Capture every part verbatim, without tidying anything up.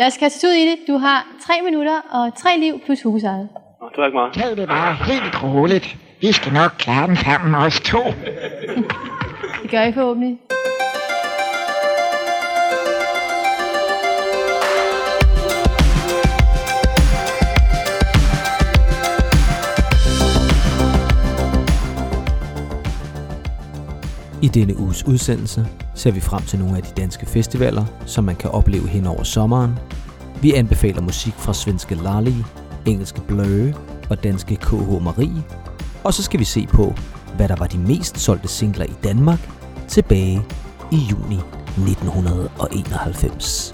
Lad os kaste ud i det. Du har tre minutter og tre liv plus husejet. Nå, det var ikke meget. Tag det bare helt roligt. Vi skal nok klare den sammen, os to. Det gør I forhåbentlig. I denne uges udsendelse ser vi frem til nogle af de danske festivaler, som man kan opleve hen over sommeren. Vi anbefaler musik fra svenske Lali, engelske Blø og danske K H Marie. Og så skal vi se på, hvad der var de mest solgte singler i Danmark tilbage i juni nitten enoghalvfems.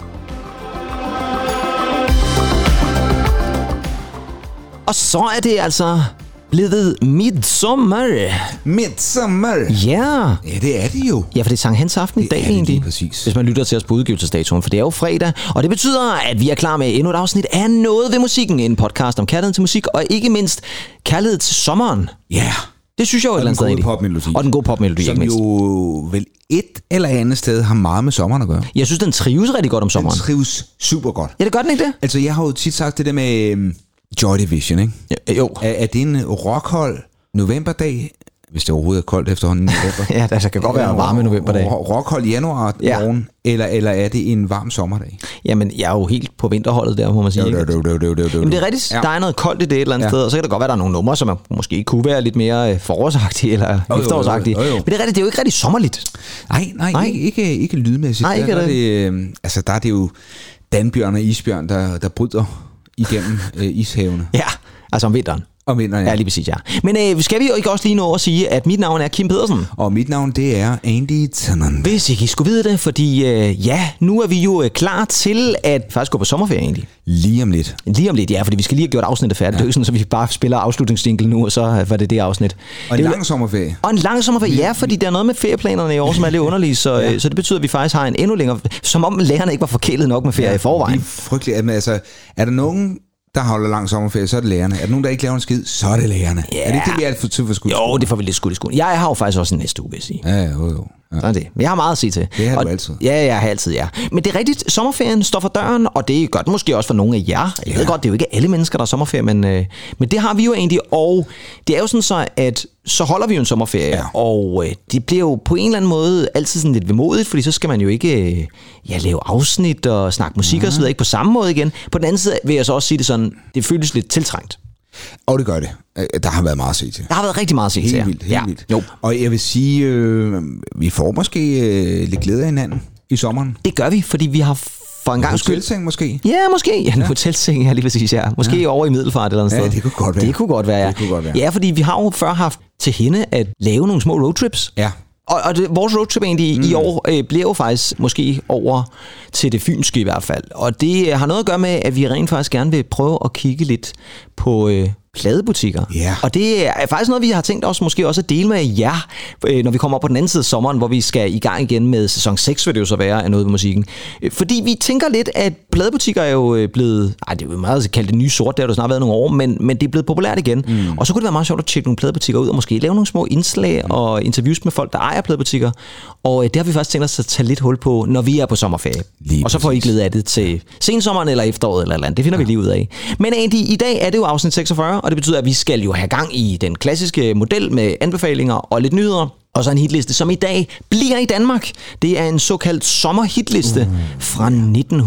Og så er det altså blevet midsommer. Midsommer? Ja. Ja, det er det jo. Ja, for det er Sankt Hans aften i dag egentlig. Præcis. Hvis man lytter til os på udgivelsesdatoen, for det er jo fredag. Og det betyder, at vi er klar med endnu et afsnit af Noget ved musikken. En podcast om kærligheden til musik, og ikke mindst kærlighed til sommeren. Ja. Yeah. Det synes jeg jo et eller andet sted. Og den gode popmelodi. Og den gode popmelodi, som ikke mindst. jo vel et eller andet sted har meget med sommeren at gøre. Jeg synes, den trives rigtig godt om sommeren. Den trives super godt. Ja, det gør den ikke det? Altså, jeg har jo tit sagt det der med um, Joy Division, ikke? Ja, jo. Er, er det en rockhold novemberdag, hvis det overhovedet er koldt efterhånden i november? Ja, det kan godt være en varme novemberdag. Rockhold i januar ja. morgen, eller, eller er det en varm sommerdag? Jamen, jeg er jo helt på vinterholdet der, må man sige. Jo, jo, jo, jo, jo, jo. Men det er rigtigt, ja. Der er noget koldt i det et eller andet ja. sted, og så kan det godt være, der er nogle numre, som måske kunne være lidt mere forårsagtige eller jo, efterårsagtige. Jo, jo, jo, jo. Men det er rigtigt, det er jo ikke rigtig sommerligt. Nej, nej, nej. Ikke, ikke, ikke lydmæssigt. Nej, ikke der, det. Der, det, altså, der er det jo danbjørn og isbjørn, der, der bryder igennem øh, ishavene. Ja, altså om vinteren. Om vinteren, ja. Ja, lige præcis, ja. Men øh, skal vi jo ikke også lige nå at sige, at mit navn er Kim Pedersen? Og mit navn, det er Andy Tennant. Hvis ikke I skulle vide det, fordi øh, ja, nu er vi jo øh, klar til at faktisk gå på sommerferie egentlig. Lige om lidt. Lige om lidt, ja, fordi vi skal lige have gjort afsnittet færdigt. Ja. Det er jo sådan, så vi bare spiller afslutningsjingle nu, og så var det det afsnit. Og en lang sommerferie. Og en lang sommerferie, ja, fordi der er noget med ferieplanerne i år, som er lidt underlige, så, ja. øh, så det betyder, at vi faktisk har en endnu længere, som om lærerne ikke var forkælet nok med ferie ja, i forvejen. Det er frygteligt. Altså, er der nogen, der holder lang sommerferie, så er det lærerne. Er der nogen, der ikke laver en skid, så er det lærerne. Ja. Er det ikke det, vi er for, for skudt? Jo, det får vi lidt skudt i skolen. Jeg har jo faktisk også en næste uge, vil jeg sige. Ja, jo, jo. Ja. Sådan det. Jeg har meget at sige til. Det har og, du altid. Ja, jeg har altid, ja. Men det er rigtigt, sommerferien står for døren, og det gør den måske også for nogle af jer. Jeg ja. ved godt, det er jo ikke alle mennesker, der er sommerferie, men, øh, men det har vi jo egentlig. Og det er jo sådan så, at så holder vi jo en sommerferie, ja. og øh, det bliver jo på en eller anden måde altid sådan lidt vemodigt, fordi så skal man jo ikke øh, ja, lave afsnit og snakke musik ja. og så videre, ikke på samme måde igen. På den anden side vil jeg så også sige det sådan, det føles lidt tiltrængt. Og det gør det. Der har været meget at se til. Der har været rigtig meget at se til. Helt vildt, helt ja. vildt. Jo. Og jeg vil sige, øh, vi får måske øh, lidt glæde af hinanden i sommeren. Det gør vi, fordi vi har for en gang skyld. Hotelseng måske? Ja, måske. Ja, en ja. hotelseng, ja, lige præcis, ja. Måske ja. over i Middelfart eller andet ja, sted. det kunne godt være. Det kunne godt være, ja. Det kunne godt være. Ja, fordi vi har jo før haft til hende at lave nogle små roadtrips. Ja. Og, og det, vores roadtrip egentlig mm. i år øh, bliver jo faktisk måske over til det fynske i hvert fald. Og det har noget at gøre med, at vi rent faktisk gerne vil prøve at kigge lidt på øh, pladebutikker. Yeah. Og det er faktisk noget, vi har tænkt os måske også at dele med jer, øh, når vi kommer op på den anden side af sommeren, hvor vi skal i gang igen med sæson seks, vil det jo så være, af Noget ved musikken. Fordi vi tænker lidt, at pladebutikker er jo blevet, ej, det er jo meget at kalde det nye sort, det har jo snart været nogle år, men, men det er blevet populært igen. Mm. Og så kunne det være meget sjovt at tjekke nogle pladebutikker ud, og måske lave nogle små indslag mm. og interviews med folk, der ejer pladebutikker. Og øh, det har vi faktisk tænkt os at tage lidt hul på, når vi er på sommerferie. Lige og så får I glæde af det til sensommeren eller efteråret eller andet. Det finder ja. vi lige ud af. Men egentlig, i dag er det jo afsnit seksogfyrre, og det betyder, at vi skal jo have gang i den klassiske model med anbefalinger og lidt nyheder. Og så en hitliste, som i dag bliver i Danmark. Det er en såkaldt sommerhitliste mm. fra nitten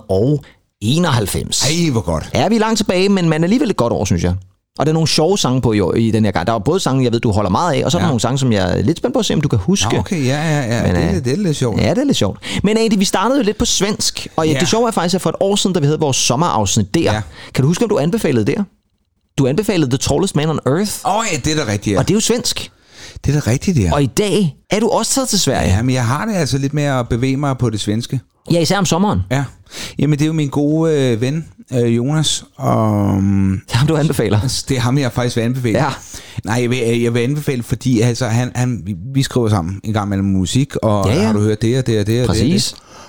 enoghalvfems. Ej, hvor godt. Ja, vi er langt tilbage, men man er alligevel et godt år, synes jeg. Og der er nogle sjove sange på i, i den her gang. Der er både sange, jeg ved, du holder meget af, og så er der ja. nogle sange, som jeg er lidt spændt på at se, om du kan huske. Ja, okay, ja, ja, ja. Men, det, det er lidt sjovt. Ja, det er lidt sjovt. Men Adi, vi startede jo lidt på svensk, og ja, ja. det sjove er faktisk, at for et år siden, da vi havde vores sommerafsnit der, ja. kan du huske, om du anbefalede der? Du anbefalede The Tallest Man on Earth. Åh oh, ja, det er da rigtigt, ja. Og det er jo svensk. Det er da rigtigt, ja. Og i dag er du også taget til Sverige. Ja, men jeg har det altså lidt med at bevæge mig på det svenske. Ja, især om sommeren. Ja. Jamen, det er jo min gode øh, ven, øh, Jonas. Og, det er ham, du anbefaler. Det er ham, jeg faktisk vil anbefale. Ja. Nej, jeg vil, jeg vil anbefale, fordi altså, han, han, vi skriver sammen en gang mellem musik, og ja, ja. har du hørt det og det og det og Præcis. det.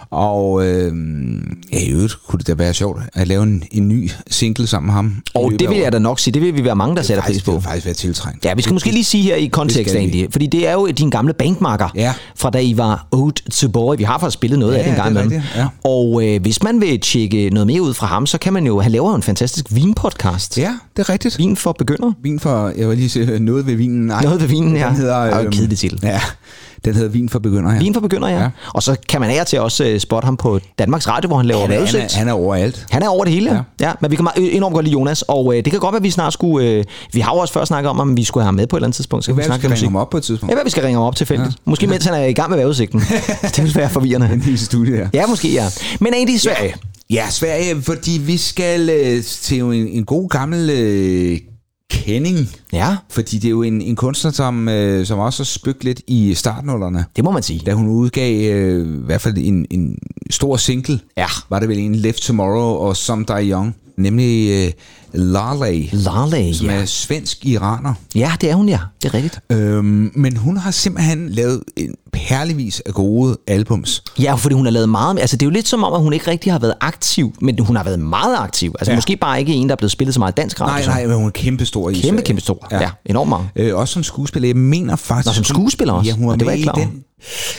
Og øh, ja, i øvrigt kunne det da være sjovt at lave en, en ny single sammen med ham. Og det vil jeg da nok sige, det vil vi være mange, der sætter pris på. Det vil faktisk være tiltrængt. Ja, vi skal måske lige sige her i kontekst egentlig, fordi det er jo din gamle bandmarker, ja. fra da I var Ode to Boy. Vi har faktisk spillet noget ja, af den gang med. Ja. Og øh, hvis man vil tjekke noget mere ud fra ham, så kan man jo, han laver jo en fantastisk vinpodcast. Ja, det er rigtigt. Vin for begyndere. Vin for, jeg vil lige sige noget ved vinen. Nej, noget ved vinen, ja. Den hedder, det er jo en øhm, kedelig titel. Ja, den hedder Vin for begyndere, ja. Vin for begyndere, ja. ja. Og så kan man af og til også uh, spotte ham på Danmarks Radio, hvor han laver han, vejrudsigt. han, er, han er overalt. Han er over det hele, ja. ja. Men vi kan enormt godt lide Jonas, og uh, det kan godt være, at vi snart skulle... Uh, vi har jo også før snakket om, om vi skulle have ham med på et eller andet tidspunkt. Så det vi er, vi skal ringe ham op på et tidspunkt. Ja, hvad vi skal ringe ham op tilfældigt. Ja. Måske mens han er i gang med vejrudsigten. Det vil være forvirrende. I studiet, ja. Ja, måske, ja. Men egentlig i Sverige. Ja, ja, Sverige, fordi vi skal uh, til en, en god gammel... Uh, kending. Ja. Fordi det er jo en, en kunstner, som, øh, som også har spøgt lidt i startnullerne. Det må man sige. Da hun udgav øh, i hvert fald en, en stor single, ja. var det vel en Live Tomorrow og Some Die Young, nemlig øh, Laleh, Laleh, som ja. er svensk-iraner. Ja, det er hun, ja. Det er rigtigt. Øhm, men hun har simpelthen lavet en perlevis af gode albums. Ja, fordi hun har lavet meget... Altså, det er jo lidt som om, at hun ikke rigtig har været aktiv, men hun har været meget aktiv. Altså, ja. Måske bare ikke en, der er blevet spillet så meget dansk radio. Nej, nej, men hun er kæmpestor i Kæmpe, kæmpe stor. Ja, ja enormt meget. Øh, også som skuespiller. Jeg mener faktisk... Nå, som skuespiller også? Ja, hun var det med var i den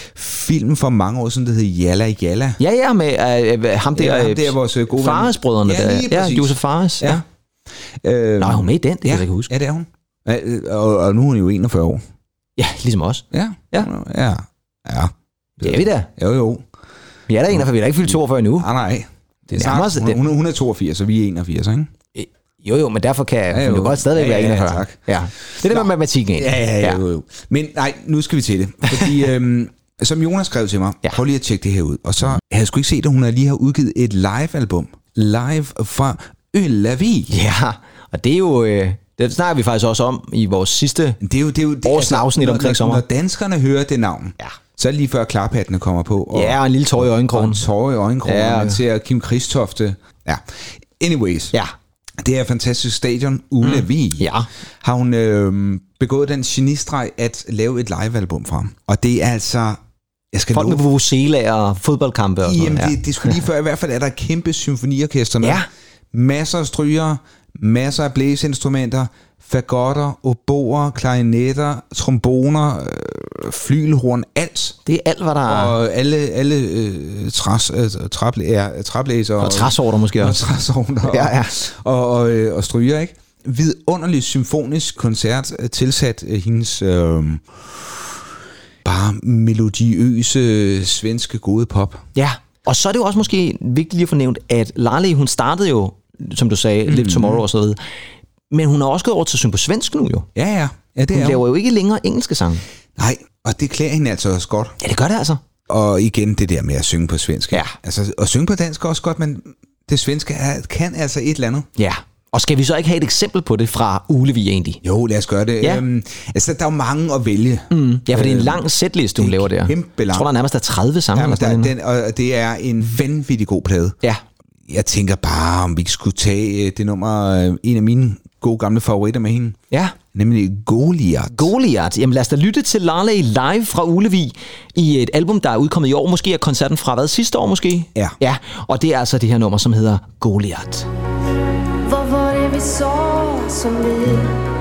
film for mange år siden, der hed Jalla Jalla. Ja, ja, med uh, ham der... Ja, ham der, vores gode Fares-brødrene ja, der. Ja, Josef Fares. Ja. ja. Øh, Nå, er hun med i den? Det ja, kan jeg ikke huske. Ja, det er hun. Ja, og, og nu er hun jo enogfyrre år. Ja, ligesom os. Ja. Ja. Ja. Ja. Det er vi da. Jo, jo. Vi er der enogfyrre, vi er da ikke fyldt toogfyrre endnu. Nej, nej. Det er snart, hun, hun, hun er toogfirs, og vi er enogfirs, ikke? Jo, jo, men derfor kan ja, jo. hun jo godt stadigvæk ja, være enogfyrre. Ja, tak. Ja. Det er det med matematikken egentlig. Ja, ja, jo, jo. Men nej, nu skal vi til det. Fordi, øhm, som Jonas skrev til mig, ja. prøv lige at tjekke det her ud. Og så jeg havde sgu ikke set, at hun lige har udgivet et live-album. Live fra Yllevi. Ja, og det er jo... Øh, det snakker vi faktisk også om i vores sidste det er jo, det er jo, det, års afsnit omkring sommer. Når danskerne hører det navn, ja. så er det lige før klaphattene kommer på. Og, ja, og en lille tår i øjenkrogen. Og en tår i øjenkrogen, ja. Man ser Kim Christofte. Ja. Anyways. Ja. Det er fantastisk stadion, Ullevi. Mm. Ja. Har hun øh, begået den genistreg at lave et livealbum fra ham. Og det er altså... Jeg skal folk love... med vuvuzelaer og fodboldkampe og sådan Jamen, noget. det, det skulle lige før. I hvert fald er der et kæmpe symfoniorkester med. Ja. Masser af strygere, masser af blæseinstrumenter, fagotter, oboer, klarinetter, tromboner, øh, flygelhorn, alt. Det er alt, hvad der er. Og alle, alle øh, træs, øh, traplæ- traplæser. Og træsorter måske også. Og træsorter. Ja, ja. Og, og, og, og stryger, ikke? Vidunderlig symfonisk koncert tilsat øh, hendes... Øh, bare melodiøse, svenske, gode pop. Ja, og så er det jo også måske vigtigt lige at få nævnt, at Laleh, hun startede jo, som du sagde, mm-hmm. Live Tomorrow og så videre. Men hun har også gået over til at synge på svensk nu jo. Ja, ja. ja det hun er laver hun. jo ikke længere engelske sange. Nej, og det klæder hende altså også godt. Ja, det gør det altså. Og igen det der med at synge på svensk. Ja. Altså, at synge på dansk er også godt, men det svenske er, kan altså et eller andet. Ja. Og skal vi så ikke have et eksempel på det fra Ullevi egentlig? Jo, lad os gøre det. Ja. Øhm, altså, der er jo mange at vælge. Mm. Ja, for det er en lang setliste, hun laver der. Kæmpe lang. Jeg tror, der er nærmest er tredive sange. Ja, der, den, og det er en vanvittig god plade. Ja. Jeg tænker bare, om vi skulle tage det nummer, en af mine gode gamle favoritter med hende. Ja. Nemlig Goliath. Goliath. Jamen lad os da lytte til Laleh live fra Ullevi i et album, der er udkommet i år. Måske er koncerten fra hvad? Sidste år måske? Ja. Ja, og det er altså det her nummer, som hedder Goliath. Vad var det vi sa som vi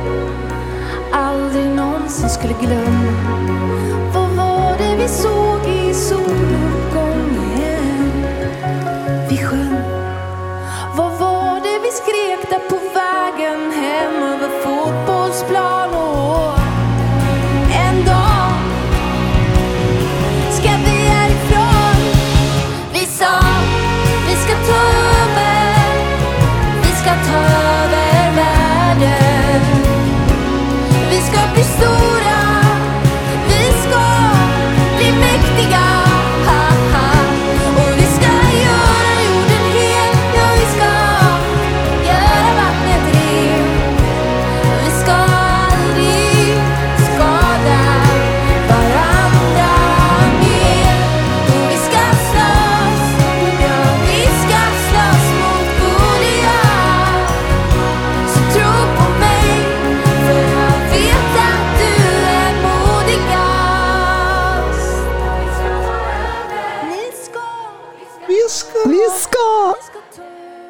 aldrig någonsin skulle glömma? Vad var det vi såg i soluppgången? Vi sjöng. Vad var det vi skrek där på vägen hem över fotbollsplan? Och en dag ska vi härifrån. Vi sa vi ska ta över, vi ska ta över världen. Vi ska bli stora, vi ska bli mäktiga. Ha, ha. Och vi ska göra jorden hel, ja vi ska göra vattnet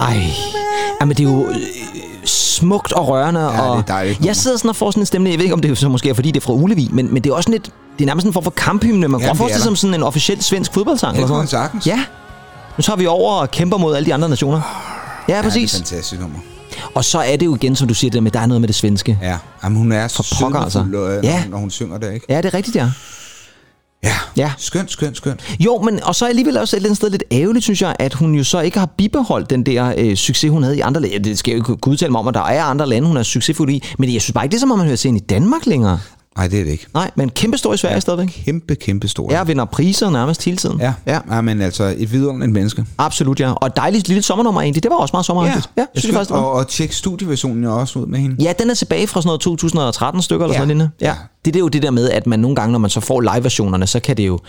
Ej, jamen det er jo øh, smukt og rørende. Ja, og det er dejligt. Jeg sidder sådan og får sådan en stemning, jeg ved ikke, om det er så måske er, fordi det er fra Ullevi, men, men det er også sådan lidt, det er nærmest en form for kamphymne. Man kan godt forestille sig som sådan en officiel svensk fodboldsang. Ja, det eller kan man sådan. sagtens. Ja, nu tager vi over og kæmper mod alle de andre nationer. Ja, præcis. Ja, det er et fantastisk nummer. Og så er det jo igen, som du siger, det med, der er noget med det svenske. Ja, jamen, hun er så pokker, altså. sødmefuld, Ja. når hun synger det, ikke? Ja, det er rigtigt, ja. Ja, Ja. skønt, skønt, skønt. Jo, men og så alligevel også et eller andet sted lidt ærgerligt, synes jeg, at hun jo så ikke har bibeholdt den der øh, succes, hun havde i andre lande. Det skal jeg jo ikke kunne udtale mig om, at der er andre lande, hun er succesfuld i. Men jeg synes bare ikke, det er som om man hører til hende i Danmark længere. Nej, det er det ikke. Nej, men kæmpe stor i Sverige ja, stadigvæk. Kæmpe, kæmpe stor. Jeg vinder priser nærmest hele tiden. Ja, ja. ja. men altså et vidunderligt menneske. Absolut, ja. Og et dejligt lille sommernummer egentlig. Det var også meget sommeragtigt. Ja, synes jeg faktisk, det var. Og, og tjek studieversionen jo også ud med hende. Ja, den er tilbage fra sådan noget to tusind og tretten stykker eller Ja. sådan noget. Ja. Det, det er jo det der med, at man nogle gange, når man så får live-versionerne, så kan det jo...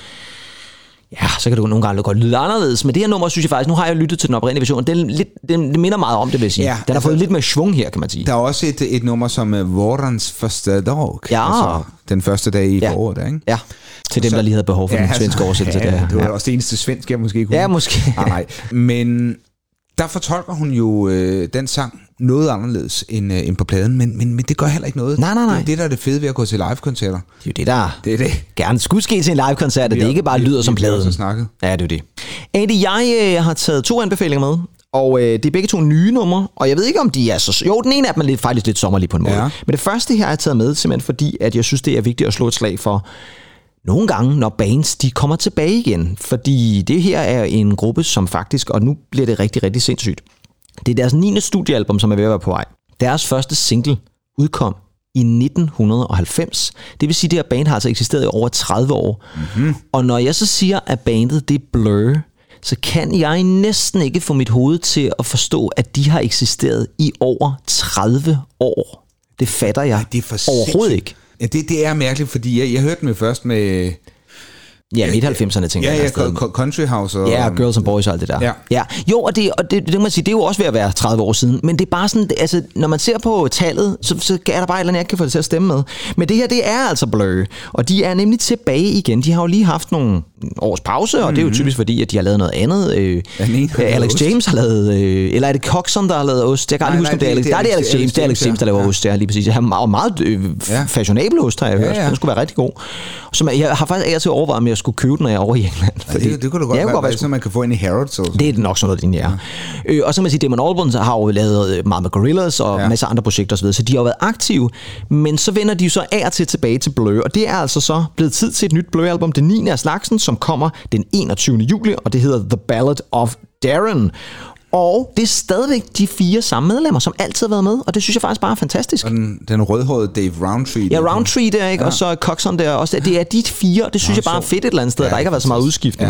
Ja, så kan det jo nogle gange godt lyde anderledes. Men det her nummer, synes jeg faktisk, nu har jeg lyttet til den oprindelige version, den, lidt, den, den minder meget om det, vil jeg sige. Ja, den har altså, fået lidt mere schwung her, kan man sige. Der er også et, et nummer som uh, Vårens første dag. Ja. Altså den første dag i Ja. foråret, ikke? Ja, til dem, Så- der lige havde behov for Ja, den altså, svenske oversættelse. Ja, der. det var Ja. også det eneste svensk, jeg måske kunne. Ja, måske. Nej, nej. Men der fortolker hun jo øh, den sang noget anderledes end, øh, end på pladen, men, men, men det gør heller ikke noget. Nej, nej, nej. Det er det, der er det fede ved at gå til live-koncerter. Det er jo det, der Det er det. gerne skulle ske til en live-koncert, at det har- ikke bare vi- lyder vi som har også pladen. snakket. Ja, det er jo det. Andy, jeg øh, har taget to anbefalinger med, og øh, det er begge to nye numre, og jeg ved ikke, om de er så... Jo, den ene af dem er lidt, faktisk lidt sommerlig på en måde. Ja. Men det første her har jeg taget med, simpelthen fordi, at jeg synes, det er vigtigt at slå et slag for nogle gange, når bands de kommer tilbage igen. Fordi det her er en gruppe, som faktisk, og nu bliver det rigtig, rigtig sindssygt. Det er deres niende studiealbum, som er ved at være på vej. Deres første single udkom i nitten halvfems. Det vil sige, at det her band har altså eksisteret i over tredive år. Mm-hmm. Og når jeg så siger, at bandet det er Blur, så kan jeg næsten ikke få mit hoved til at forstå, at de har eksisteret i over tredive år. Det fatter jeg Det er for overhovedet sindssygt. ikke. Ja, det, det er mærkeligt, fordi jeg, jeg hørte dem jo først med... Ja, midt halvfemserne, tænker Ja, jeg. ja, afsted. Co- Country House og... Ja, Girls and Boys og alt det der. Ja. ja. Jo, og, det, og det, det, kan man sige, det er jo også ved at være tredive år siden. Men det er bare sådan, altså, når man ser på tallet, så, så er der bare et eller andet, jeg ikke kan få det til at stemme med. Men det her, det er altså Blur. Og de er nemlig tilbage igen. De har jo lige haft nogle års pause, og mm-hmm. det er jo typisk fordi, at de har lavet noget andet. Øh, Ja, den ene har lavet Alex ost. James har lavet... Øh, eller er det Coxon, der har lavet ost? Jeg kan aldrig Nej, huske, om nej, det er Alex. det- det er Nej, det er Alex Alex- James. Det er Alex James, James, der laver ja. ost. Det er lige præcis. Han er meget, meget øh, Ja. fashionabel ost, har jeg hørt. Ja, ja. Den skulle være rigtig god. Så jeg har faktisk af til at overveje, om jeg skulle købe den, når jeg er over i England. Ja, det, det kunne du godt Ja, være, kunne være, så man kan få ind i Harrods. Og det er nok sådan noget, den er. Ja. Øh, og så kan man sige, Damon Albarn har jo lavet meget med Gorillaz og Ja. ja. masser af andre projekter osv., så de har jo været aktive, men så vender de jo så af og til tilbage til Blur, og det er altså så blevet tid til et nyt Blur-album, det niende af slagsen, som kommer den enogtyvende juli, og det hedder The Ballad of Darren. Og det er stadigvæk de fire samme medlemmer, som altid har været med, og det synes jeg faktisk bare er fantastisk. og den, den rødhårede Dave Rowntree. Ja, Roundtree der, ikke? Ja. Og så Coxon der også. Der. Det er de fire, og det synes Nå, jeg bare er sjovt. fedt et eller andet sted, Ja, at der ikke har været så meget udskiftning. Ja.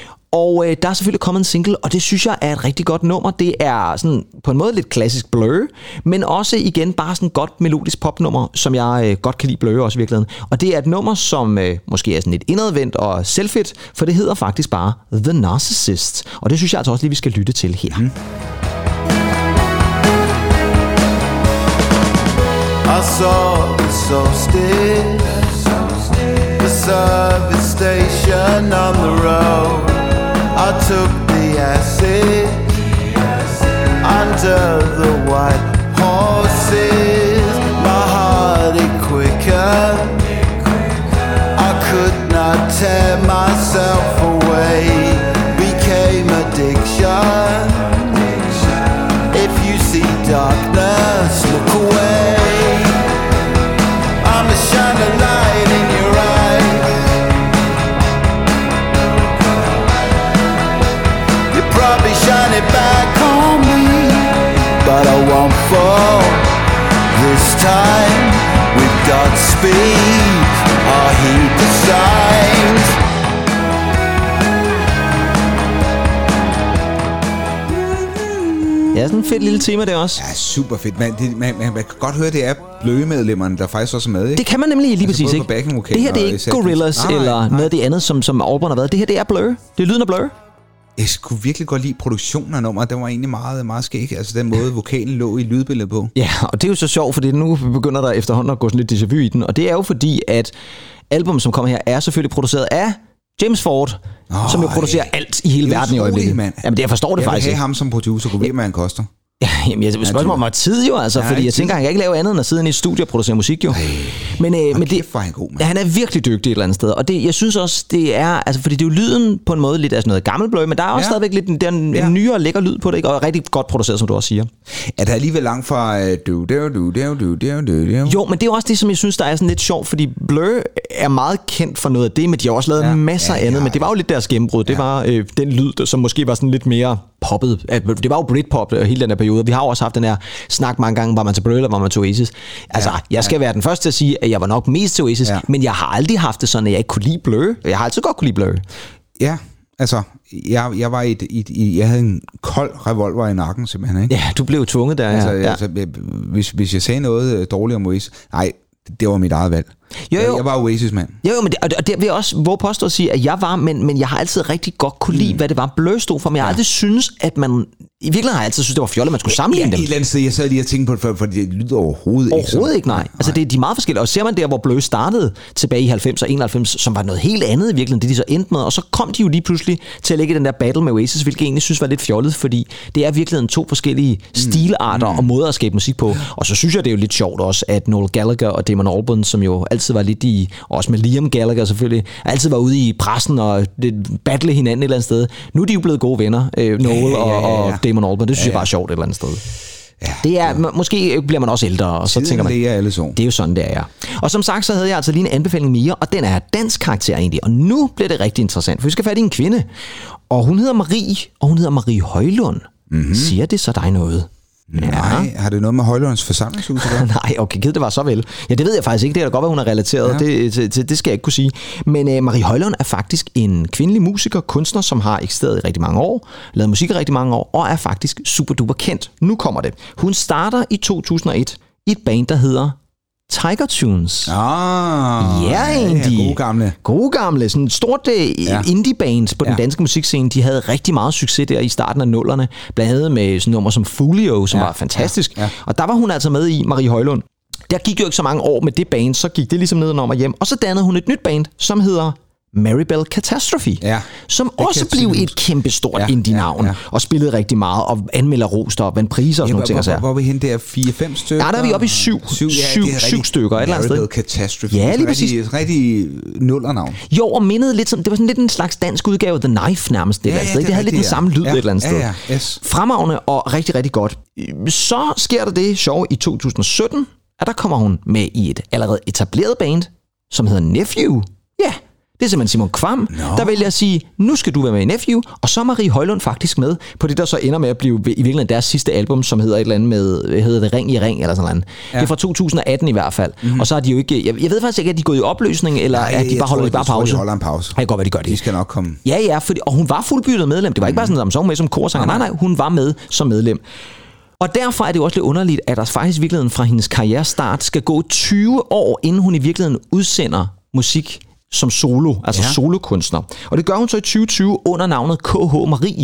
Og øh, der er selvfølgelig kommet en single, og det synes jeg er et rigtig godt nummer. Det er sådan på en måde lidt klassisk Blur, men også igen bare sådan et godt melodisk popnummer, som jeg øh, godt kan lide Blur også i virkeligheden. Og det er et nummer, som øh, måske er sådan lidt indadvendt og selvfedt, for det hedder faktisk bare The Narcissist. Og det synes jeg altså også lige, vi skal lytte til her. Mm. I saw it so still, the service station on the road. I took the acid under the white horses. My heart it quicker. I could not tear myself away. Became addiction. If you see darkness, look away. I'ma shine a light in your eyes. You probably shine it back on me, but I won't fall this time. With God's speed, I'll heed the signs. Ja, sådan et fedt lille tema det også. Ja, super fedt. Man, det, man, man, man kan godt høre, det er Blø-medlemmerne, der faktisk også er med, ikke? Det kan man nemlig lige Altså præcis både ikke. på backing-vokaler Det her det er og ikke især- Gorillaz Nej, nej, eller nej. noget af det andet, som, som Albarn har været. Det her det er Blur. Det er lyden af Blur. Jeg kunne virkelig godt lide produktionen af nummeret. Den var egentlig meget, meget skæg. Altså den måde, vokalen lå i lydbilledet på. Ja, og det er jo så sjovt, fordi nu begynder der efterhånden at gå sådan lidt déjà vu i den. Og det er jo fordi, at album, som kommer her, er selvfølgelig produceret af James Ford, oh, som jo producerer hey. alt i hele verden i øjeblikket. Man. Jamen, det jeg forstår det jeg faktisk ikke. Jeg ikke. vil have ham som producer. Kunne vi, hvad han koster? Ja, jamen, jeg spørger mig om tid jo, altså, ja, fordi jeg tænker, han kan ikke lave andet end at sidde i et studie og producere musik jo. Ej, men øh, men det, han, god, ja, han er virkelig dygtig et eller andet sted, og det, jeg synes også, det er, altså, fordi det er jo lyden på en måde lidt af sådan noget gammel bløj, men der er også ja. stadigvæk lidt en, en, ja. en nyere lækker lyd på det, ikke? Og rigtig godt produceret, som du også siger. Er der alligevel langt fra uh, du, du, du, du, du, du, du. Jo, men det er jo også det, som jeg synes, der er sådan lidt sjovt, fordi Blur er meget kendt for noget af det, men de har også lavet ja. masser af ja, andet, ja, men det var jo lidt deres gennembrud. Ja. Det var øh, den lyd, som måske var sådan lidt mere poppet. Det var jo Britpop hele den her periode. Vi har også haft den her snak mange gange, var man til Blur eller var man til Oasis. Altså, ja, jeg skal ja. være den første til at sige, at jeg var nok mest til Oasis, ja. men jeg har aldrig haft det sådan, at jeg ikke kunne lide Blur. Jeg har altid godt kunne lide Blur. Ja, altså, jeg, jeg var i et, et, et, jeg havde en kold revolver i nakken, simpelthen, ikke? Ja, du blev tvunget der, altså, ja. altså, hvis, hvis jeg sagde noget dårligt om Oasis, nej, det var mit eget valg. Jo, jo. Jeg var Oasis-mand. Jo, jo, men det, og det vil jeg også våge påstå at sige, at jeg var, men, men jeg har altid rigtig godt kunne lide, mm. hvad det var, Blur stod for, men jeg har ja. aldrig synes, at man... I virkeligheden har jeg altid synes, det var fjollet, at man skulle sammenligne ja, dem. Et eller andet sted, jeg sad lige og tænkte på det, for, for det lyder overhovedet ikke. Overhovedet ikke, nej. Altså, det, de er meget forskellige. Og ser man der, hvor Blur startede tilbage i halvfems og enoghalvfems, som var noget helt andet i virkeligheden, det de så endte med, og så kom de jo lige pludselig til at lægge den der battle med Oasis, hvilket jeg egentlig synes var lidt fjollet, fordi det er virkelig to forskellige mm. stilarter mm. og måder at skabe musik på. Og så synes jeg, det er jo lidt sjovt også, at Noel Gallagher og Damon Albarn, som jo altid var lidt i, også med Liam Gallagher selvfølgelig, altid var ude i pressen og battle hinanden et eller andet sted. Nu er de jo blevet gode venner, øh, Noel ja, ja, ja, ja. Og, og Damon Albarn. Det synes ja, ja. jeg bare er sjovt et eller andet sted. Ja, det er, ja. Måske bliver man også ældre, og så tænker man, det er jo sådan, det er, ja. Og som sagt, så havde jeg altså lige en anbefaling mere, og den er dansk karakter egentlig. Og nu bliver det rigtig interessant, for vi skal fat i en kvinde. Og hun hedder Marie, og hun hedder Marie Højlund. Mm-hmm. Siger det så dig noget? Ja. Nej, har det noget med Højlunds forsamlingshus at gøre? Nej, okay, det var så vel. Ja, det ved jeg faktisk ikke. Det er da godt, at hun er relateret. Ja. Det, det, det skal jeg ikke kunne sige. Men uh, Marie Højlund er faktisk en kvindelig musiker, kunstner, som har eksisteret i rigtig mange år, lavet musik i rigtig mange år, og er faktisk super duper kendt. Nu kommer det. Hun starter i to tusind og et i et band, der hedder Tiger Tunes. Ah, ja, egentlig. Ja, gode gamle. Gode gamle. Sådan et stort uh, ja. indie-band på den ja. danske musikscene. De havde rigtig meget succes der i starten af nullerne. Blandt andet med sådan nummer som Folio, som ja. var fantastisk. Ja. Ja. Og der var hun altså med i, Marie Højlund. Der gik jo ikke så mange år med det band, så gik det ligesom nedenom og hjem. Og så dannede hun et nyt band, som hedder Maribel Catastrophe, ja, som også blev et kæmpestort ja, indie-navn, ja, ja. og spillede rigtig meget, og anmelderroster og vandt priser og sådan ja, nogle ting. Hvor, hvor er vi henne der? fire fem stykker? Ja, der er vi oppe i syv, syv, ja, syv, syv stykker et eller andet sted. Maribel Catastrophe. Ja, lige præcis. Et rigtig nullernavn. Jo, og mindede lidt som, det var sådan lidt en slags dansk udgave af The Knife nærmest. Det, ja, ja, det, det havde lidt den samme lyd ja, et eller andet sted. Ja, ja, yes. Fremragende og rigtig, rigtig godt. Så sker der det sjove i to tusind og sytten, at der kommer hun med i et allerede etableret band, som hedder Nephew. Ja, det er simpelthen Simon Kvam, no. der vælger at sige, nu skal du være med i Nephew, og så er Marie Højlund faktisk med på det, der så ender med at blive i virkeligheden deres sidste album, som hedder et eller andet med, hedder det Ring i Ring, eller sådan noget. Ja. Det er fra to tusind og atten i hvert fald. Mm-hmm. Og så er de jo ikke, jeg, jeg ved faktisk ikke, at de er gået i opløsning, eller Nej, at de bare holder tror, bare pause. Jeg tror, de holder en pause. Det kan godt være, de gør det. De skal nok komme. Ja, ja, fordi, og hun var fuldbyrdet medlem. Det var ikke bare sådan, at hun med som korsanger. Nej, nej, hun var med som medlem. Og derfor er det jo også lidt underligt, at der faktisk i virkeligheden fra hendes karrierestart skal gå tyve år, inden hun i virkeligheden udsender musik som solo, altså ja. solokunstner. Og det gør hun så i tyve tyve under navnet K H Marie.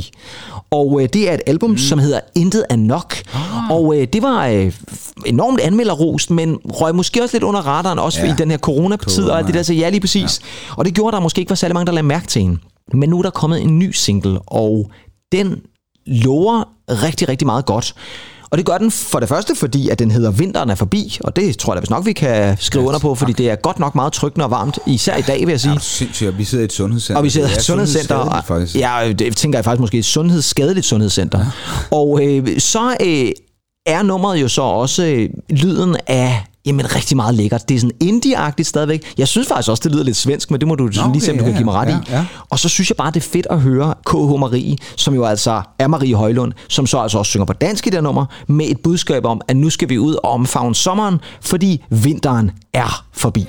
Og øh, det er et album, mm. som hedder Intet er nok. Ah. Og øh, det var øh, enormt anmelderrost, men røg måske også lidt under radaren, også ja. i den her coronatid og alt det der, så ja, lige præcis. Ja. Og det gjorde, der måske ikke var særlig mange, der lagde mærke til hende. Men nu er der kommet en ny single, og den lover rigtig, rigtig meget godt. Og det gør den for det første, fordi at den hedder Vinteren er forbi, og det tror jeg da vist nok, vi kan skrive ja, under på, fordi det er godt nok meget trykkende og varmt, især i dag, vil jeg sige. Ja, sindssygt. Vi sidder i et sundhedscenter. Og vi sidder i et sundhedscenter, og ja, det tænker jeg faktisk måske et sundhedsskadeligt sundhedscenter. Ja. Og øh, så øh, er nummeret jo så også øh, lyden af jamen rigtig meget lækkert. Det er sådan indie-agtigt stadigvæk. Jeg synes faktisk også, det lyder lidt svensk, men det må du okay, lige se, om du ja, kan give mig ret ja, ja. i. Og så synes jeg bare, det er fedt at høre K H Marie, som jo altså er Marie Højlund, som så altså også synger på dansk i det nummer, med et budskab om, at nu skal vi ud og omfavne sommeren, fordi vinteren er forbi.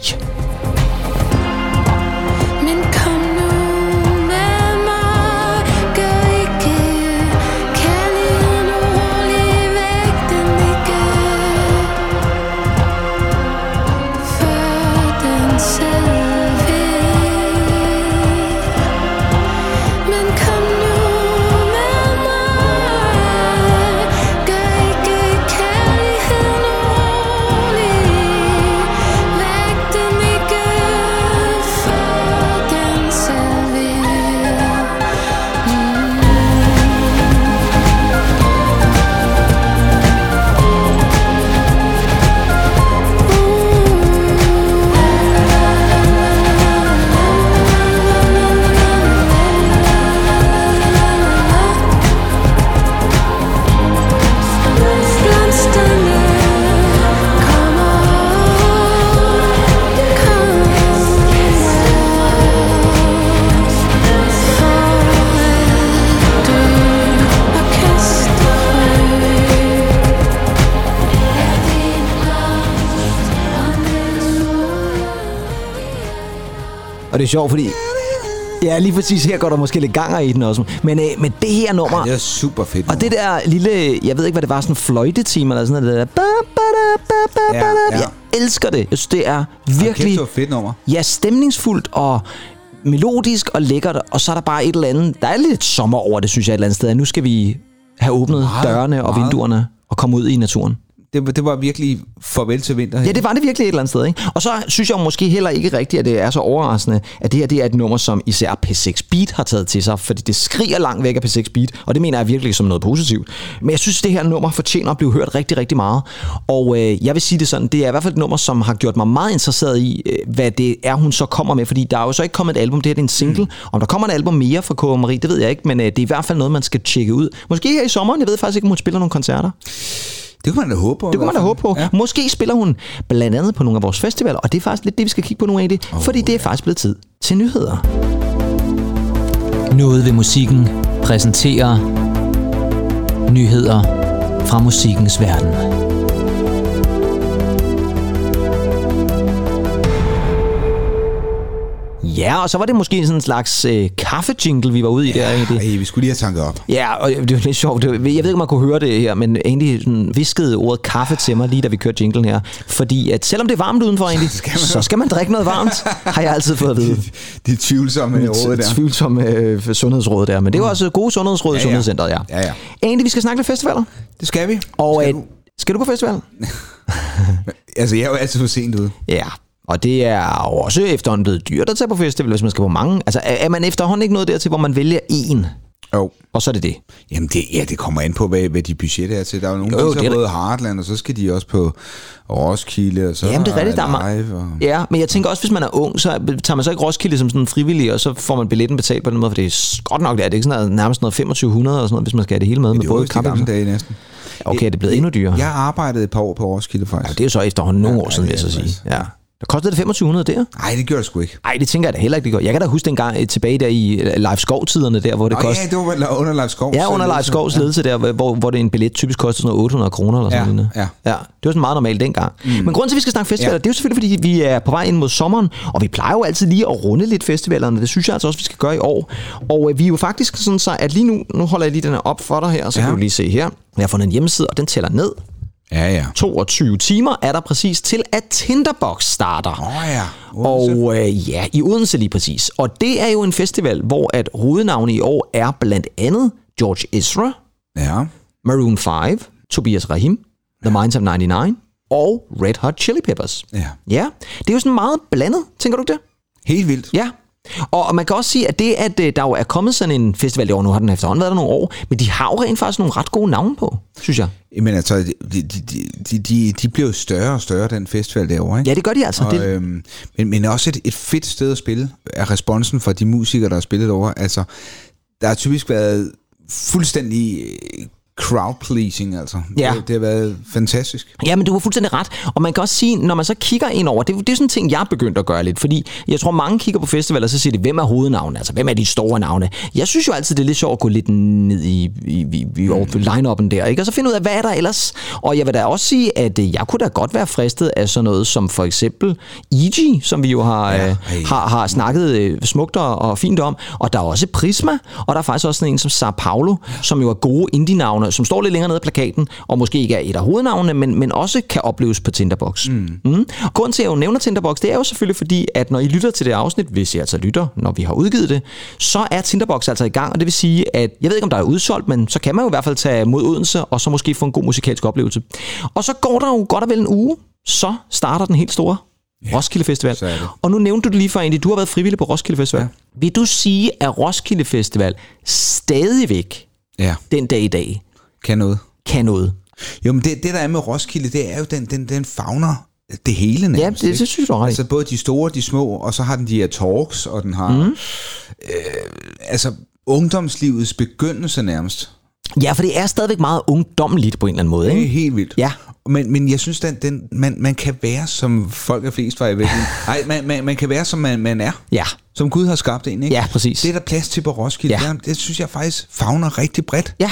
Kærligheden rolig, væk den ikke Og det er sjovt, fordi... Ja, lige præcis. Her går der måske lidt ganger i den også. Men, øh, men det her nummer... Ja, det er super fedt. Og det der lille... Jeg ved ikke, hvad det var. Sådan en fløjtetime eller sådan noget. Det der... Ja, ja. Jeg elsker det. Jeg synes, det er virkelig... Det er fedt nummer. Ja, stemningsfuldt og melodisk og lækkert. Og så er der bare et eller andet... Der er lidt sommer over det, synes jeg, et eller andet sted. Nu skal vi have åbnet meget, dørene og meget. vinduerne og komme ud i naturen. Det, det var virkelig farvel til vinter. Ja, det var det virkelig et eller andet sted, ikke? Og så synes jeg måske heller ikke rigtigt, at det er så overraskende, at det her det er et nummer, som især P seks Beat har taget til sig, fordi det skriger langt væk af P seks Beat, og det mener jeg virkelig som noget positivt. Men jeg synes, det her nummer fortjener at blive hørt rigtig, rigtig meget. Og øh, jeg vil sige det sådan, det er i hvert fald et nummer, som har gjort mig meget interesseret i, øh, hvad det er, hun så kommer med, fordi der er jo så ikke kommet et album, det her det er en single. Mm. Om der kommer et album mere fra K. Marie, det ved jeg ikke, men øh, det er i hvert fald noget, man skal tjekke ud. Måske her i sommeren, jeg ved faktisk ikke, om hun spiller nogle koncerter. Det kunne man da håbe på. Det kunne man da håbe på. Ja. Måske spiller hun blandt andet på nogle af vores festivaler, og det er faktisk lidt det, vi skal kigge på nu af det, oh, fordi det er faktisk blevet tid til nyheder. Noget ved musikken præsenterer nyheder fra musikkens verden. Ja, og så var det måske sådan en slags øh, kaffejingle, vi var ude i ja, der. Egentlig. Ej, vi skulle lige have tanket op. Ja, og det var lidt sjovt. Det var, jeg ved ikke, om man kunne høre det her, men egentlig sådan viskede ordet kaffe til mig, lige da vi kørte jinglen her. Fordi at selvom det er varmt udenfor egentlig, så skal man, så skal man drikke noget varmt, har jeg altid fået at vide. De, de tvivlsomme råd der. Tvivlsomme øh, sundhedsråd der. Men det var også gode sundhedsråd i ja, ja. Sundhedscenteret, ja. ja, ja. Egentlig, vi skal snakke lidt festivaler. Det skal vi. Og skal, øh, du? skal du på festival? Altså, jeg er jo altid for sent ude. Ja. Og det er jo også efterhånden blevet dyrt at tage på festival, hvis man skal på mange. Altså, er man efterhånden ikke noget dertil, hvor man vælger én? Jo. Og så er det det. Jamen, det, ja, det kommer an på, hvad, hvad de budgetter er til. Der er jo nogle, jo, der er både Heartland, og så skal de også på Roskilde, og så Jamen, det er rigtigt, der er live. Og... Ja, men jeg tænker også, hvis man er ung, så tager man så ikke Roskilde som sådan en frivillig, og så får man billetten betalt på den måde, for det er godt nok, det er det ikke sådan noget, nærmest noget femogtyve hundrede og sådan noget, hvis man skal have det hele med. Ja, med det både er jo gamle dage næsten. Okay, det er blevet endnu dyrere. Jeg arbejdede et par år på Roskilde, faktisk. Ja, det er jo så efterhånden nogle ja, år siden, ja, vil jeg så sige. Ja. Der kostede det femogtyve hundrede der? Nej, det gjorde det sgu ikke. Nej, det tænker jeg da heller ikke, det gør. Jeg kan da huske dengang tilbage der i Leif Skov-tiderne der, hvor det kostede... Ja, det var under Leif Skovs Ja, under Leif Skovs ledelse der, hvor, hvor det en billet typisk kostede sådan noget otte hundrede kroner eller sådan noget. Ja, ja. Ja, det var sådan meget normalt dengang. Mm. Men grunden til, at vi skal snakke festivaler, ja. Det er jo selvfølgelig, fordi vi er på vej ind mod sommeren, og vi plejer jo altid lige at runde lidt festivalerne. Det synes jeg altså også, vi skal gøre i år. Og øh, vi er jo faktisk sådan så, at lige nu, nu holder jeg lige den her op for dig her, så ja. Kan du lige se her. Jeg har fundet en hjemmeside, og den tæller ned. Ja, ja. toogtyve timer er der præcis til, at Tinderbox starter. Åh oh, ja. Odense. Og øh, ja, i Odense lige præcis. Og det er jo en festival, hvor at hovednavnet i år er blandt andet George Ezra, ja. Maroon fem, Tobias Rahim, The Minds of nioghalvfems og Red Hot Chili Peppers. Ja. Ja, det er jo sådan meget blandet, tænker du ikke det? Helt vildt. Ja. Og man kan også sige, at det, at der jo er kommet sådan en festival i år, nu har den efterhånden været der nogle år, men de har jo rent faktisk nogle ret gode navne på, synes jeg. Men altså, de, de, de, de, de bliver jo større og større, den festival derovre, ikke? Ja, det gør de altså. Og, det... øhm, men, men også et, et fedt sted at spille, er responsen fra de musikere, der har spillet derovre. Altså, der har typisk været fuldstændig crowd-pleasing, altså. Ja. Det, det har været fantastisk. Ja, men du har fuldstændig ret. Og man kan også sige, når man så kigger ind over, det, det er sådan en ting, jeg er begyndt at gøre lidt, fordi jeg tror, mange kigger på festivaler, så siger de, hvem er hovednavne? Altså, hvem er de store navne? Jeg synes jo altid, det er lidt sjovt at gå lidt ned i, i, i, i mm. line-up'en der, ikke? Og så finde ud af, hvad er der ellers? Og jeg vil da også sige, at jeg kunne da godt være fristet af sådan noget som for eksempel E G, som vi jo har, ja, hey. har, har snakket smukt og fint om. Og der er også Prisma, og der er faktisk også sådan en som Sao Paulo, som jo er gode indie-navne, som står lidt længere nede af plakaten, og måske ikke er et af hovednavnene, men, men også kan opleves på Tinderbox. Mm. Mm. Grunden til, at jeg nævner Tinderbox, det er jo selvfølgelig fordi, at når I lytter til det afsnit, hvis I altså lytter, når vi har udgivet det, så er Tinderbox altså i gang, og det vil sige, at jeg ved ikke, om der er udsolgt, men så kan man jo i hvert fald tage mod Odense, og så måske få en god musikalsk oplevelse. Og så går der jo godt og vel en uge, så starter den helt store ja, Roskilde Festival. Og nu nævnte du det lige før, egentlig, du har været frivillig på Roskilde Festival. Ja. Vil du sige, at Roskilde Festival stadigvæk ja. den dag i dag kan noget? Kan noget. Jo, men det, det der er med Roskilde, det er jo, den, den, den favner det hele nærmest. Ja, det, det synes du ret. Altså både de store, de små, og så har den de her talks, og den har mm. øh, altså ungdomslivets begyndelse nærmest. Ja, for det er stadigvæk meget ungdommeligt på en eller anden måde, ikke? Det er helt vildt. Ja. Men, men jeg synes, den, den, man, man kan være, som folk er flest var i virkeligheden. Nej, man, man, man kan være, som man, man er. Ja. Som Gud har skabt en, ikke? Ja, præcis. Det er der plads til på Roskilde. Ja. Det, det synes jeg faktisk favner rigtig bredt. Ja.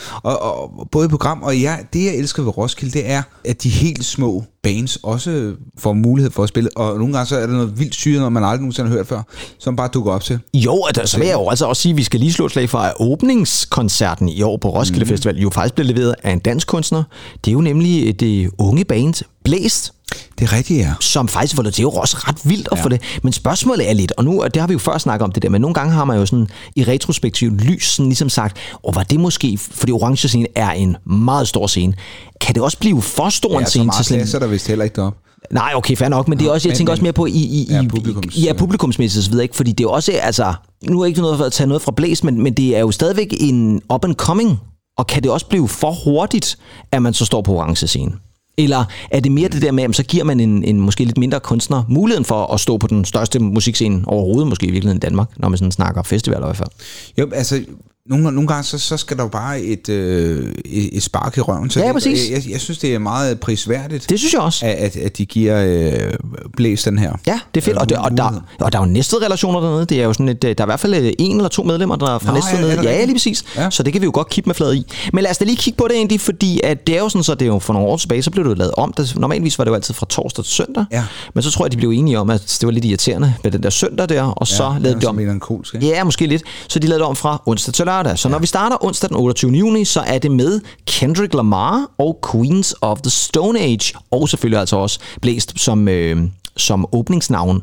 Og, og både i program, og ja, det jeg elsker ved Roskilde, det er, at de helt små bands også får mulighed for at spille, og nogle gange så er der noget vildt syret, når man aldrig nogensinde har hørt før, som bare dukker op til. Jo, altså, så vil jeg jo altså også sige, at vi skal lige slå et slag for, at åbningskoncerten i år på Roskilde mm. Festival jo faktisk blev leveret af en dansk kunstner. Det er jo nemlig det unge band Blæst. Det er rigtigt, ja. Som faktisk får det, det er jo også ret vildt at ja. få det. Men spørgsmålet er lidt, og nu, det har vi jo før snakket om det der, men nogle gange har man jo sådan i retrospektivt lys sådan ligesom sagt, og var det måske, fordi Orange Scene er en meget stor scene, kan det også blive for stor en scene? Ja, så meget plads er der vist heller ikke deroppe. Nej, okay, fair nok, men det er også, jeg tænker også mere på i, i, ja, i, publikums, ja, publikumsmæssigt og så videre, ikke? Fordi det er også, altså, nu er ikke noget for at tage noget fra Blæs, men, men det er jo stadigvæk en up and coming, og kan det også blive for hurtigt, at man så står på Orange Scene? Eller er det mere det der med, at så giver man en, en måske lidt mindre kunstner muligheden for at stå på den største musikscene overhovedet, måske i virkeligheden i Danmark, når man sådan snakker festivaler i hvert fald? Jo, altså, nogle, nogle gange så, så skal der jo bare et, øh, et, et spark i røven til. Ja, præcis. Jeg, jeg, jeg synes, det er meget prisværdigt. Det synes jeg også. At, at, at de giver øh, Blæs den her. Ja, det er fedt. Og, det, og, der, og der er jo Næstved-relationer dernede. Det er jo sådan et, der er i hvert fald en eller to medlemmer, der er fra Næstved nede. Ja, ja, lige præcis. Ja. Så det kan vi jo godt kippe med fladet i. Men lad os da lige kigge på det egentlig, fordi at det er jo sådan, så det er jo for nogle år tilbage, så blev det jo lavet om. Normalvis var det jo altid fra torsdag til søndag. Ja. Men så tror jeg, de blev enige om, at det var lidt irriterende med den der søndag der, og så ja, lavede de om. Melankolsk, ja, måske lidt. Så de lavede det om fra onsdag til lørdag. Så ja. Når vi starter onsdag den otteogtyvende juni, så er det med Kendrick Lamar og Queens of the Stone Age, og selvfølgelig altså også Blæst som, øh, som åbningsnavn.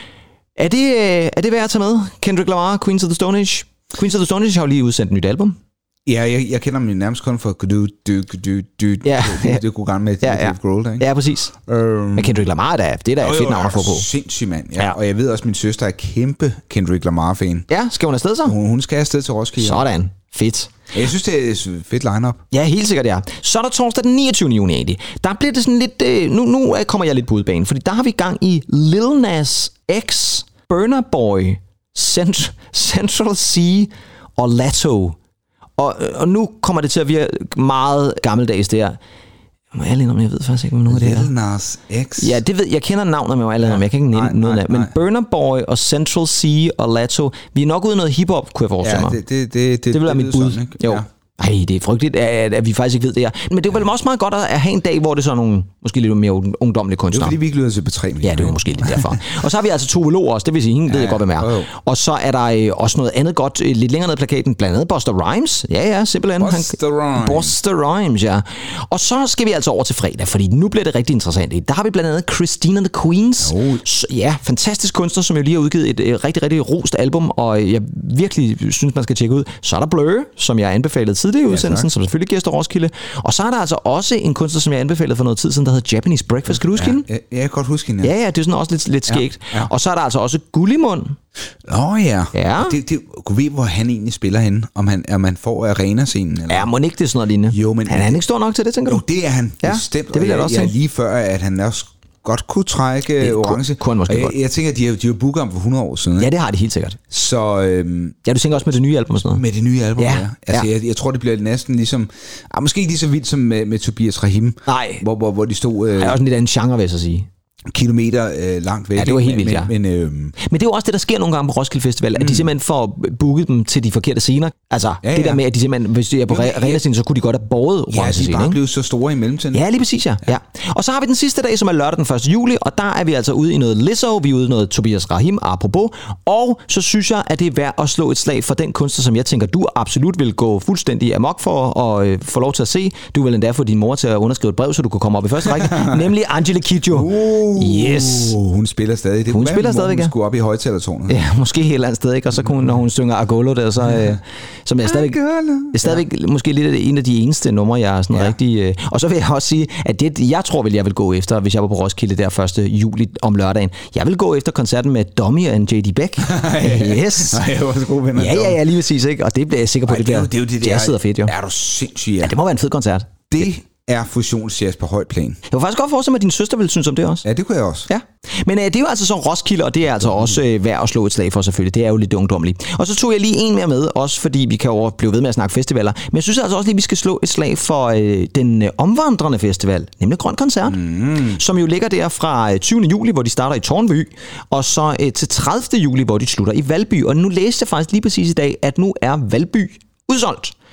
Er det, øh, er det værd at tage med? Kendrick Lamar, Queens of the Stone Age? Queens of the Stone Age har jo lige udsendt et nyt album. Ja, jeg, jeg kender min nærmest kun for du du du du ja, det, det kunne gerne med ja, ja. Dave Grohl, ikke? Ja, præcis. Um, Men Kendrick Lamar, der, det er da et fedt navn at få på. Sindssygt mand, ja. ja. Og jeg ved også, at min søster er kæmpe Kendrick Lamar-fan. Ja, skal hun afsted så? Hun, hun skal afsted til Roskilde. Sådan. Fedt. Jeg synes, det er et fedt line-up. Ja, helt sikkert, ja. Så er der torsdag den niogtyvende juni, egentlig. Der bliver det sådan lidt... Øh, nu, nu kommer jeg lidt på udbanen, fordi der har vi gang i Lil Nas X, Burna Boy, Cent- Central C og Latto. Og, og nu kommer det til at virke meget gammeldags der. Jeg er jeg ved faktisk ikke, om noget af det her. Lil Nas X? Ja, det ved jeg. kender navnet med mig allerede, ja. Jeg kan ikke nævne noget af. Men Burna Boy og Central C og Latto, vi er nok ude i noget hiphop, kunne jeg forestille mig. Ja, det, det, det, det, det vil være mit bud. Sådan, jo. Ja. Ej, det er frygteligt, at, at vi faktisk ikke ved det her. Men det er vel også meget godt at have en dag, hvor det er sådan nogle, måske lidt mere ungdomlige kunstnere. Det er fordi, vi ikke lyder til P tre. Ja, det er måske lidt derfor. Og så har vi altså Tove Lo også, det vil sige, hende ved jeg godt, hvem er. Og så er der øh, også noget andet godt, øh, lidt længere ned i plakaten, blandt andet Busta Rhymes. Ja, ja, simpelthen. Busta Rhymes. Busta Rhymes, ja. Og så skal vi altså over til fredag, fordi nu bliver det rigtig interessant. Der har vi blandt andet Christina the Queens. Oh. Så, ja, fantastisk kunstner, som jo lige har udgivet et øh, rigtig, rigtig rost album, og jeg virkelig synes, man skal tjekke ud. Så er der Blur, som jeg anbefalede tidligere i udsendelsen, som selvfølgelig gæster Roskilde. Og så er der altså også en kunstner, som jeg anbefalede for noget tid siden, der hedder Japanese Breakfast. Kan du huske ja, hende? Ja, jeg kan godt huske hende. Ja, ja, det er sådan også lidt, lidt skægt. Ja, ja. Og så er der altså også Gullimund. Åh oh, ja. ja. Det, det, kunne vi, hvor han egentlig spiller henne? Om han, om man får arenascenen? Eller? Ja, må ikke det sådan noget lignende? Jo, men... Han er han ikke stor nok til det, tænker jo, du? Jo, det er han. Ja, bestemt. Det vil jeg, jeg også sige. Ja, lige før, at han også godt kunne trække det orange. Kunne han måske jeg, godt. Jeg tænker, at de har, de har booket ham for hundrede år siden. Ja, det har de helt sikkert. Så... Øhm, ja, du tænker også med det nye album og sådan noget? Med det nye album, ja. ja. Altså, ja. Jeg, jeg tror, det bliver næsten ligesom... Ah, måske ikke lige så vildt som med, med Tobias Rahim. Nej. Hvor, hvor, hvor de stod... Øh, det er også en lidt anden genre, vil jeg så sige. Kilometer øh, langt væk. Ja, det var helt vildt, ja. Men, men, øh, men det er jo også det, der sker nogle gange på Roskilde Festival, mm. at de simpelthen får booket dem til de forkerte scener. Altså, ja, ja. det der med, at de simpelthen, hvis de er på arenascenen, så kunne de godt have båret ja, de er bare blevet så store i mellemtiden. Ja, lige præcis, ja. ja. ja. Og så har vi den sidste dag, som er lørdag den første juli, og der er vi altså ude i noget Lizzo, vi er ude i noget Tobias Rahim, apropos, og så synes jeg, at det er værd at slå et slag for den kunstner, som jeg tænker, du absolut vil gå fuldstændig amok for at øh, få lov til at se. Du vil endda få din mor til at underskrive et brev, så du kan komme op i første række, nemlig Angela Kidjo. Uh. Yes. Hun spiller stadig. Det hun spiller stadig, ja. Hun skulle op i højtalertårnet. Ja, måske et eller andet sted, ikke? Og så kunne hun, når hun synger Agolo der, så øh, som er stadigvæk, er stadigvæk ja. måske lidt en af de eneste numre, jeg er sådan ja. rigtig... Øh, og så vil jeg også sige, at det, jeg tror vel, jeg vil gå efter, hvis jeg var på Roskilde der første juli om lørdagen. Jeg vil gå efter koncerten med Dummy og J D Beck. Yes. Nej, jeg var så gode venner. Ja, ja, ja, lige præcis, ikke? Og det bliver jeg sikker på, Ej, det bliver det, det, det, jazzet og fedt, jo. Er du sindssygt, ja. Ja, det må være en fed koncert. Det er fusionsjazz på højt plan. Jeg var faktisk godt forestille mig, at din søster ville synes om det også. Ja, det kunne jeg også. Ja. Men øh, det er jo altså sådan Roskilde, og det er altså mm. også øh, værd at slå et slag for selvfølgelig. Det er jo lidt ungdomligt. Og så tog jeg lige en mere med, også fordi vi kan jo blive ved med at snakke festivaler. Men jeg synes altså også lige, at vi skal slå et slag for øh, den øh, omvandrende festival, nemlig Grøn Koncert, mm. som jo ligger der fra øh, tyvende juli, hvor de starter i Tårnby, og så øh, til tredivte juli, hvor de slutter i Valby. Og nu læste jeg faktisk lige præcis i dag, at nu er Valby udsolgt.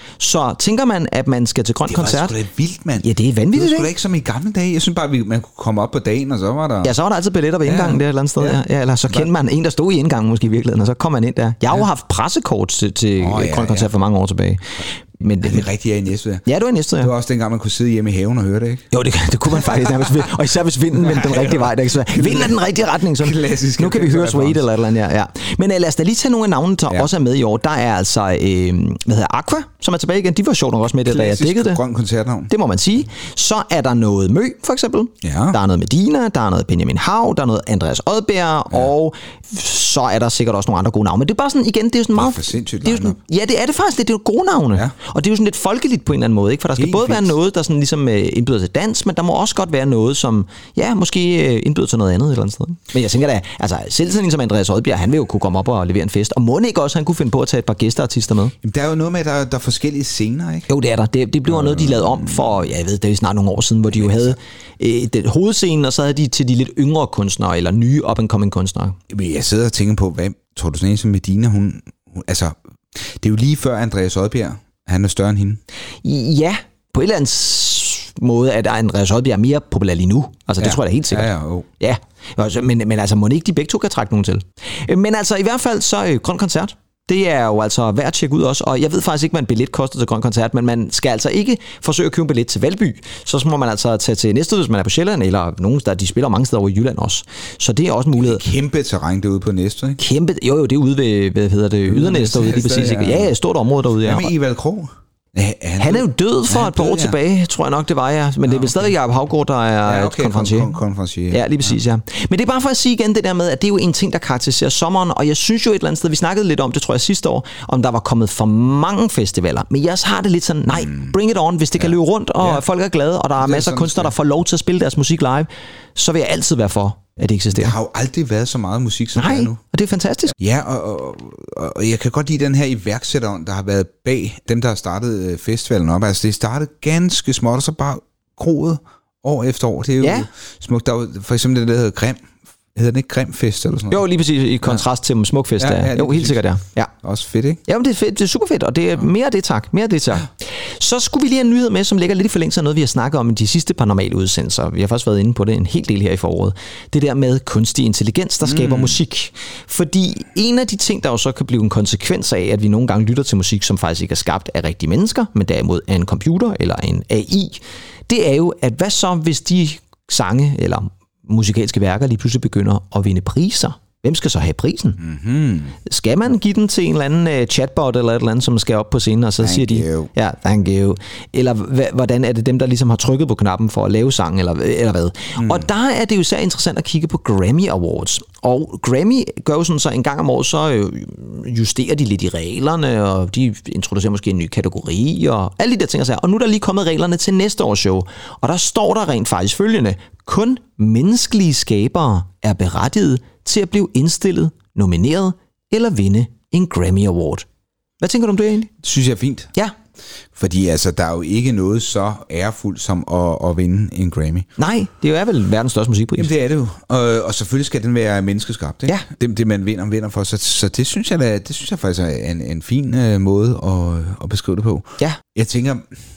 Så tænker man, at man skal til Grøn Koncert... Det var sgu da vildt, mand. Ja, det er vanvittigt, det var sgu ikke? da ikke som i gamle dage. Jeg synes bare, at man kunne komme op på dagen, og så var der... Ja, så var der altid billetter ved indgangen ja. der et eller andet sted. Ja. Ja, eller så kendte man en, der stod i indgangen måske i virkeligheden, og så kom man ind der. Jeg har jo ja. haft pressekort til, til oh, ja, Grøn Koncert ja. for mange år tilbage. Men det er rigtigt, jeg er i Næstved. Ja, du er i Næstved, ja. Det var også dengang, man kunne sidde hjemme i haven og høre det, ikke? Jo, det, det kunne man faktisk nærmest. Og især hvis vinden vendte den rigtige vej. Vinden er den rigtige retning. Så nu kan vi høre Suede eller et eller andet, ja. ja. Men uh, lad os da lige tage nogle af navnene, der ja. også er med i år. Der er altså, øh, hvad hedder Aqua, som er tilbage igen. De var sjovt nok også med det, da jeg dækkede det. Grøn Koncertnavn. Det må man sige. Så er der noget Mø, for eksempel. Ja. Der er noget Medina, der er noget Benjamin Hav, der er noget Andreas Odbjerg, ja. og så er der sikkert også nogle andre gode navne. Men det er bare sådan, igen, det er jo sådan meget... Det er det er sådan, ja, det er det faktisk. Det er jo gode navne. Ja. Og det er jo sådan lidt folkeligt på en eller anden måde, ikke? For der skal Helt både fint. være noget, der sådan ligesom øh, indbyder til dans, men der må også godt være noget, som ja, måske øh, indbyder til noget andet et eller andet sted. Men jeg tænker da, altså selv sådan en som Andreas Odbjerg, han vil jo kunne komme op og levere en fest. Og må ikke også, han kunne finde på at tage et par gæsteartister med? Jamen, der er jo noget med, at der, der er forskellige scener, ikke? Jo, det er der. Det, det blev øh, noget, de lavede om for, ja, jeg ved, det er snart nogle år siden, hvor de jo havde øh, den hovedscenen, og så havde de til de lidt yngre kunstnere, eller nye up-and-coming kunstnere. Jamen, jeg sidder og tænker på, hvad tror du sådan en som Medina, hun, hun altså, det er jo lige før Andreas Odbjerg, han er større end hende. Ja, på et eller andet måde, at Andreas Odbjerg er mere populær lige nu. Altså, det ja. tror jeg da helt sikkert. Ja, ja, jo. Ja, men, men altså, må ikke de begge to kan trække nogen til. Men altså, i hvert fald så Grøn Koncert. Det er jo altså værd at tjekke ud også, og jeg ved faktisk ikke, hvad en billet koster til Grøn Koncert, men man skal altså ikke forsøge at købe en billet til Valby. Så må man altså tage til Næstved, hvis man er på Sjælland, eller nogen steder, de spiller mange steder over i Jylland også. Så det er også en mulighed. Kæmpe terræn derude på Næstved, ikke? Kæmpe, jo jo, det er ude ved, hvad hedder det, Ydernæs derude, lige præcis. Ja, ja, stort område derude. Ja. Hvad med Evald Krog? Ja, han, han er jo død for et par år ja. tilbage, tror jeg nok, det var, ja. Men ja, det er vel stadig Jacob Haugaard, der er ja, okay, konferencier. Kon- konferencier. Ja, lige præcis, ja. ja. Men det er bare for at sige igen det der med, at det er jo en ting, der karakteriserer sommeren, og jeg synes jo et eller andet sted, vi snakkede lidt om det, tror jeg sidste år, om der var kommet for mange festivaler. Men jeg har det lidt sådan, nej, bring it on, hvis det ja. kan løbe rundt, og ja. folk er glade, og der er, er masser af kunstnere, der får lov til at spille deres musik live, så vil jeg altid være for, at det eksisterer. Der har jo aldrig været så meget musik, som Nej, der er nu. og det er fantastisk. Ja, og, og, og, og jeg kan godt lide den her iværksætter, der har været bag dem, der har startet festivalen op. Altså, det startede ganske småt, og så bare groet år efter år. Det er jo ja. smukt. Der er jo for eksempel det, der hedder Grim. Hedder den ikke Grimfest eller sådan noget? Jo, lige præcis i kontrast ja. til Smukfest. Ja, ja, jo, helt sikkert, ja. ja. Også fedt, ikke? Ja, men det er fedt. Det er super fedt, og det er mere af det, tak. Mere af det, tak. Så skulle vi lige have en nyhed med, som ligger lidt i forlængelse af noget, vi har snakket om i de sidste par normale udsendelser. Vi har faktisk været inde på det en hel del her i foråret. Det der med kunstig intelligens, der skaber mm. musik. Fordi en af de ting, der jo så kan blive en konsekvens af, at vi nogle gange lytter til musik, som faktisk ikke er skabt af rigtige mennesker, men derimod af en computer eller en A I, det er jo, at hvad så, hvis de sange eller musikalske værker lige pludselig begynder at vinde priser? Hvem skal så have prisen? Mm-hmm. Skal man give den til en eller anden uh, chatbot eller et eller andet, som skal op på scenen, og så thank siger de, you. ja, thank you. Eller h- hvordan er det dem, der ligesom har trykket på knappen for at lave sang, eller, eller hvad? Mm. Og der er det jo så interessant at kigge på Grammy Awards. Og Grammy gør jo sådan, så en gang om året, så justerer de lidt i reglerne, og de introducerer måske en ny kategori, og alle de der ting. Og nu er der lige kommet reglerne til næste års show. Og der står der rent faktisk følgende: kun menneskelige skabere er berettiget til at blive indstillet, nomineret eller vinde en Grammy Award. Hvad tænker du om det egentlig? Det synes jeg er fint. Ja. Fordi altså, der er jo ikke noget så ærefuldt som at, at vinde en Grammy. Nej, det er jo vel verdens største musikpris. Jamen det er det jo. Og, og selvfølgelig skal den være menneskeskabt. Ikke? Ja. Det, det man vinder, vinder for. Så, så det, synes jeg, det synes jeg faktisk er en, en fin uh, måde at, at beskrive det på. Ja. Jeg tænker...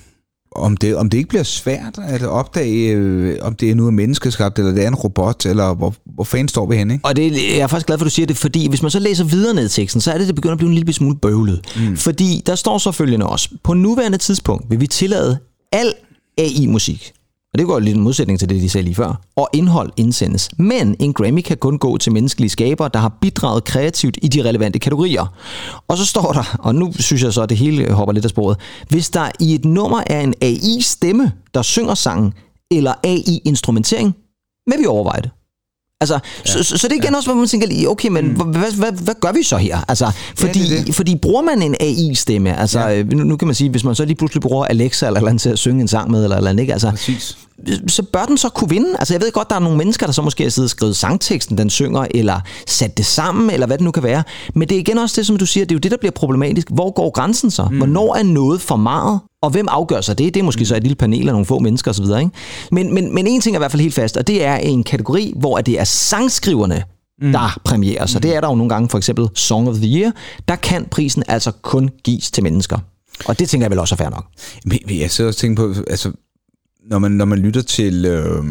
Om det, om det ikke bliver svært at opdage, øh, om det er nu er menneskeskabt, eller det er en robot, eller hvor, hvor fanden står vi henne, ikke? Og det, jeg er faktisk glad for, at du siger det, fordi hvis man så læser videre ned i teksten, så er det, det begynder at blive en lille smule bøvlet. Mm. Fordi der står så følgende også: på nuværende tidspunkt vil vi tillade al A I-musik. Og det går lidt en modsætning til det, de sagde lige før. Og indhold indsendes. Men en Grammy kan kun gå til menneskelige skabere, der har bidraget kreativt i de relevante kategorier. Og så står der, og nu synes jeg så, at det hele hopper lidt af sporet: hvis der i et nummer er en A I-stemme, der synger sangen, eller A I-instrumentering, vil vi overveje det. Altså, ja, så, så, så det er igen ja. også, hvor man tænker, okay, men mm. hvad, hvad, hvad gør vi så her? Altså, fordi, ja, det det. fordi bruger man en A I-stemme, altså, ja. nu, nu kan man sige, hvis man så lige pludselig bruger Alexa eller andet til at synge en sang med, eller, eller andet, ikke? Altså, præcis. Så bør den så kunne vinde. Altså, jeg ved godt, der er nogle mennesker, der så måske har siddet og skrevet sangteksten, den synger, eller sat det sammen, eller hvad det nu kan være. Men det er igen også det, som du siger, det er jo det, der bliver problematisk. Hvor går grænsen så? Mm. Hvornår er noget for meget? Og hvem afgør sig det? Det er måske mm. så et lille panel af nogle få mennesker osv., ikke? Men, men, men en ting er i hvert fald helt fast, og det er en kategori, hvor det er sangskriverne, mm. der premierer. Så mm. det er der jo nogle gange, for eksempel Song of the Year, der kan prisen altså kun gives til mennesker. Og det tænker jeg vel også er fair nok. Men jeg sidder også og tænker på, altså, når man, når man lytter til øh,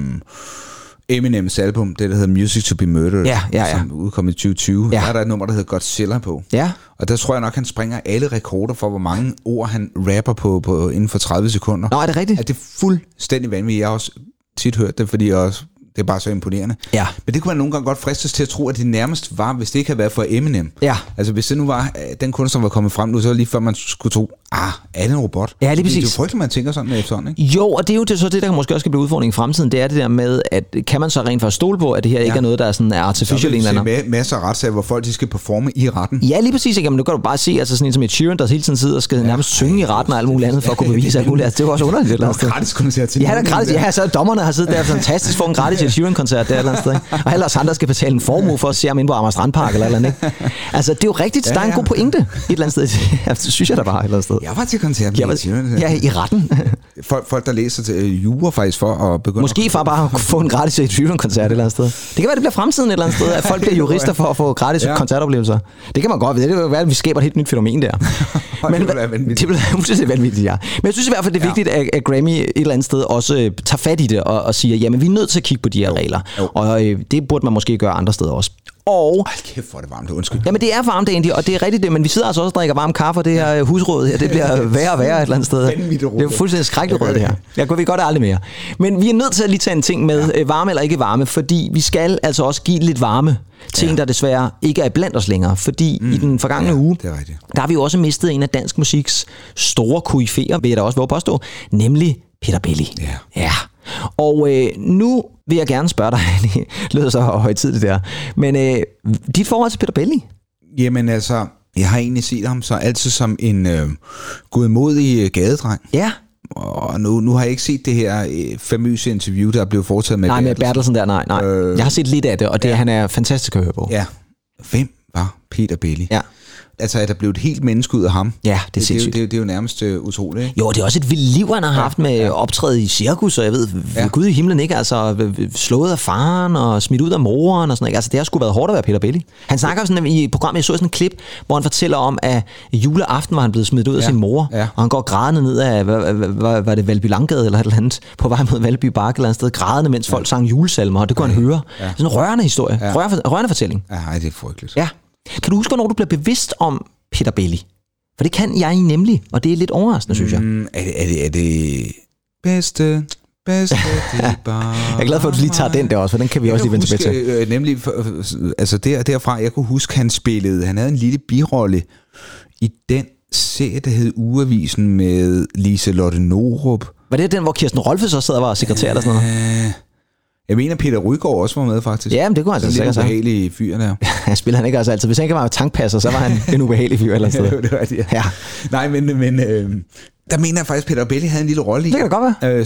Eminems album, det der hedder Music to be Murdered, ja, ja, ja. som udkom i tyve tyve, ja. Der er der et nummer, der hedder Godzilla på. Ja. Og der tror jeg nok, han springer alle rekorder for, hvor mange ord han rapper på, på inden for tredive sekunder. Nå, er det rigtigt? At det er fuldstændig vanvittigt. Jeg har også tit hørt det, fordi jeg også... Det er bare så imponerende. Ja. Men det kunne man nogle gange godt fristes til at tro, at det nærmest var, hvis det ikke havde været for Eminem. Ja. Altså hvis det nu var, den kunstner var kommet frem nu, så var lige før man skulle tro, ah, er det en robot? Ja, lige præcis. Det er jo frygteligt, man tænker sådan efterhånden, ikke? Jo, og det er jo det, så det, der måske også kan blive udfordringen i fremtiden, det er det der med, at kan man så rent faktisk stole på, at det her ja. ikke er noget, der er sådan er artificial en eller anden. Så masser af retssager, hvor folk de skal performe i retten. Ja, lige præcis. Ikke? Men nu kan du bare se, altså sådan en som et Sheeran, der hele tiden sidder og skal ja. nærmest synge i retten og alt muligt andet, for at kunne bevise alt muligt. Altså, det er jo også underligt et eller andet sted. Gratis koncert til. Ja, der er gratis. Ja, så dommerne har siddet der fantastisk for en gratis et Sheeran-koncert der et eller andet sted. Ikke? Og alle os andre skal betale en formue for at se ham inde på Amager Strandpark eller eller andet. Ikke? Altså, det er jo rigtigt. Ja, ja. Der er en god pointe et eller andet sted. Ja, det synes jeg da bare et eller andet sted. Jeg var til koncert med Sheeran. Ja, i retten. Folk, folk der læser til uh, jura faktisk for at begynde... Måske for bare at få en gratis et Sheeran-koncert et eller andet sted. Det kan være, det bliver fremtiden et eller andet sted, at folk bliver jurister for at få gratis ja. koncertoplevelser. Det kan man godt vide. Det kan være, at vi skaber et helt nyt fænomen der. Men det bliver vanvittigt. Det bliver vanvittigt, ja. Men jeg synes i hvert fald, det er vigtigt, at, at Grammy et eller andet sted også øh, tager fat i det og, og siger, jamen vi er nødt til at kigge på de her jo. regler. Jo. Og øh, det burde man måske gøre andre steder også. Og... Ej, kæft, hvor er det varmt, undskyld. Jamen det er varmt egentlig, og det er rigtigt det, men vi sidder altså også og drikker varm kaffe, og det her husråd her, det bliver værre og værre et eller andet sted. Det er jo fuldstændig skrækkeligt råd, det her. Jeg kunne vi godt aldrig mere. Men vi er nødt til at lige tage en ting med, ja. varme eller ikke varme, fordi vi skal altså også give lidt varme til ja. en, der desværre ikke er blandt os længere. Fordi mm. i den forgangne ja, uge, der har vi jo også mistet en af dansk musiks store koryfæer, vil jeg da også våge påstå, nemlig Peter Belli. Ja. ja. Og øh, nu vil jeg gerne spørge dig, det lyder så højtidigt der, men øh, dit forhold til Peter Belli? Jamen altså, jeg har egentlig set ham så altid som en øh, godmodig gadedreng. Ja. Og nu, nu har jeg ikke set det her øh, famøse interview, der blev foretaget med Nej, med Bertelsen der, nej, nej. Øh, jeg har set lidt af det, og det, ja. han er fantastisk at høre på. Ja. Hvem var Peter Belli? Ja. Altså, at der blev et helt menneske ud af ham. Ja, det er det, sindssygt. Det, det, det er jo nærmest uh, utroligt, ikke? Jo, det er også et vildt liv, han har haft med ja. optræde i cirkus, og jeg ved, ja. Gud i himlen ikke, altså slået af faren og smidt ud af moren og sådan noget. Altså, det har sgu været hårdt at være Peter Belli. Han snakker jo sådan i programmet, jeg så sådan en klip, hvor han fortæller om, at juleaften var han blevet smidt ud af ja. sin mor, ja. og han går grædende ned af, hvad var det, Valby Langgade eller et eller andet, på vej mod Valby Bakke eller et sted, grædende, mens ja. folk sang julesalmer, og det kunne ja. han høre. Ja. Sådan en rørende historie, ja. rørende, rørende fortælling. Ja, ej, det er frygteligt. Ja. Kan du huske, hvornår du bliver bevidst om Peter Belli? For det kan jeg nemlig, og det er lidt overraskende, synes jeg. Mm, er, det, er, det, er det bedste, bedste, det bare... Jeg er glad for, at du lige tager den der også, for den kan vi jeg også lige vende tilbage til. Øh, nemlig, altså der, derfra, jeg kunne huske, han spillede, han havde en lille birolle i den serie, der hed Ugeavisen med Liselotte Norup. Var det den, hvor Kirsten Rolfe så sad og var sekretær eller sådan noget? Jeg mener, Peter Rygaard også var med, faktisk. Ja, men det kunne han så sikkert sige. En lidt ubehagelig fyr der. Han spiller han ikke altså altid. Hvis han ikke var tankpasser, så var han en ubehagelig fyr et eller andet sted. Ja, det var det, ja. ja. Nej, men, men øh, der mener jeg faktisk, Peter Belli havde en lille rolle i. Det kan det godt være. Øh,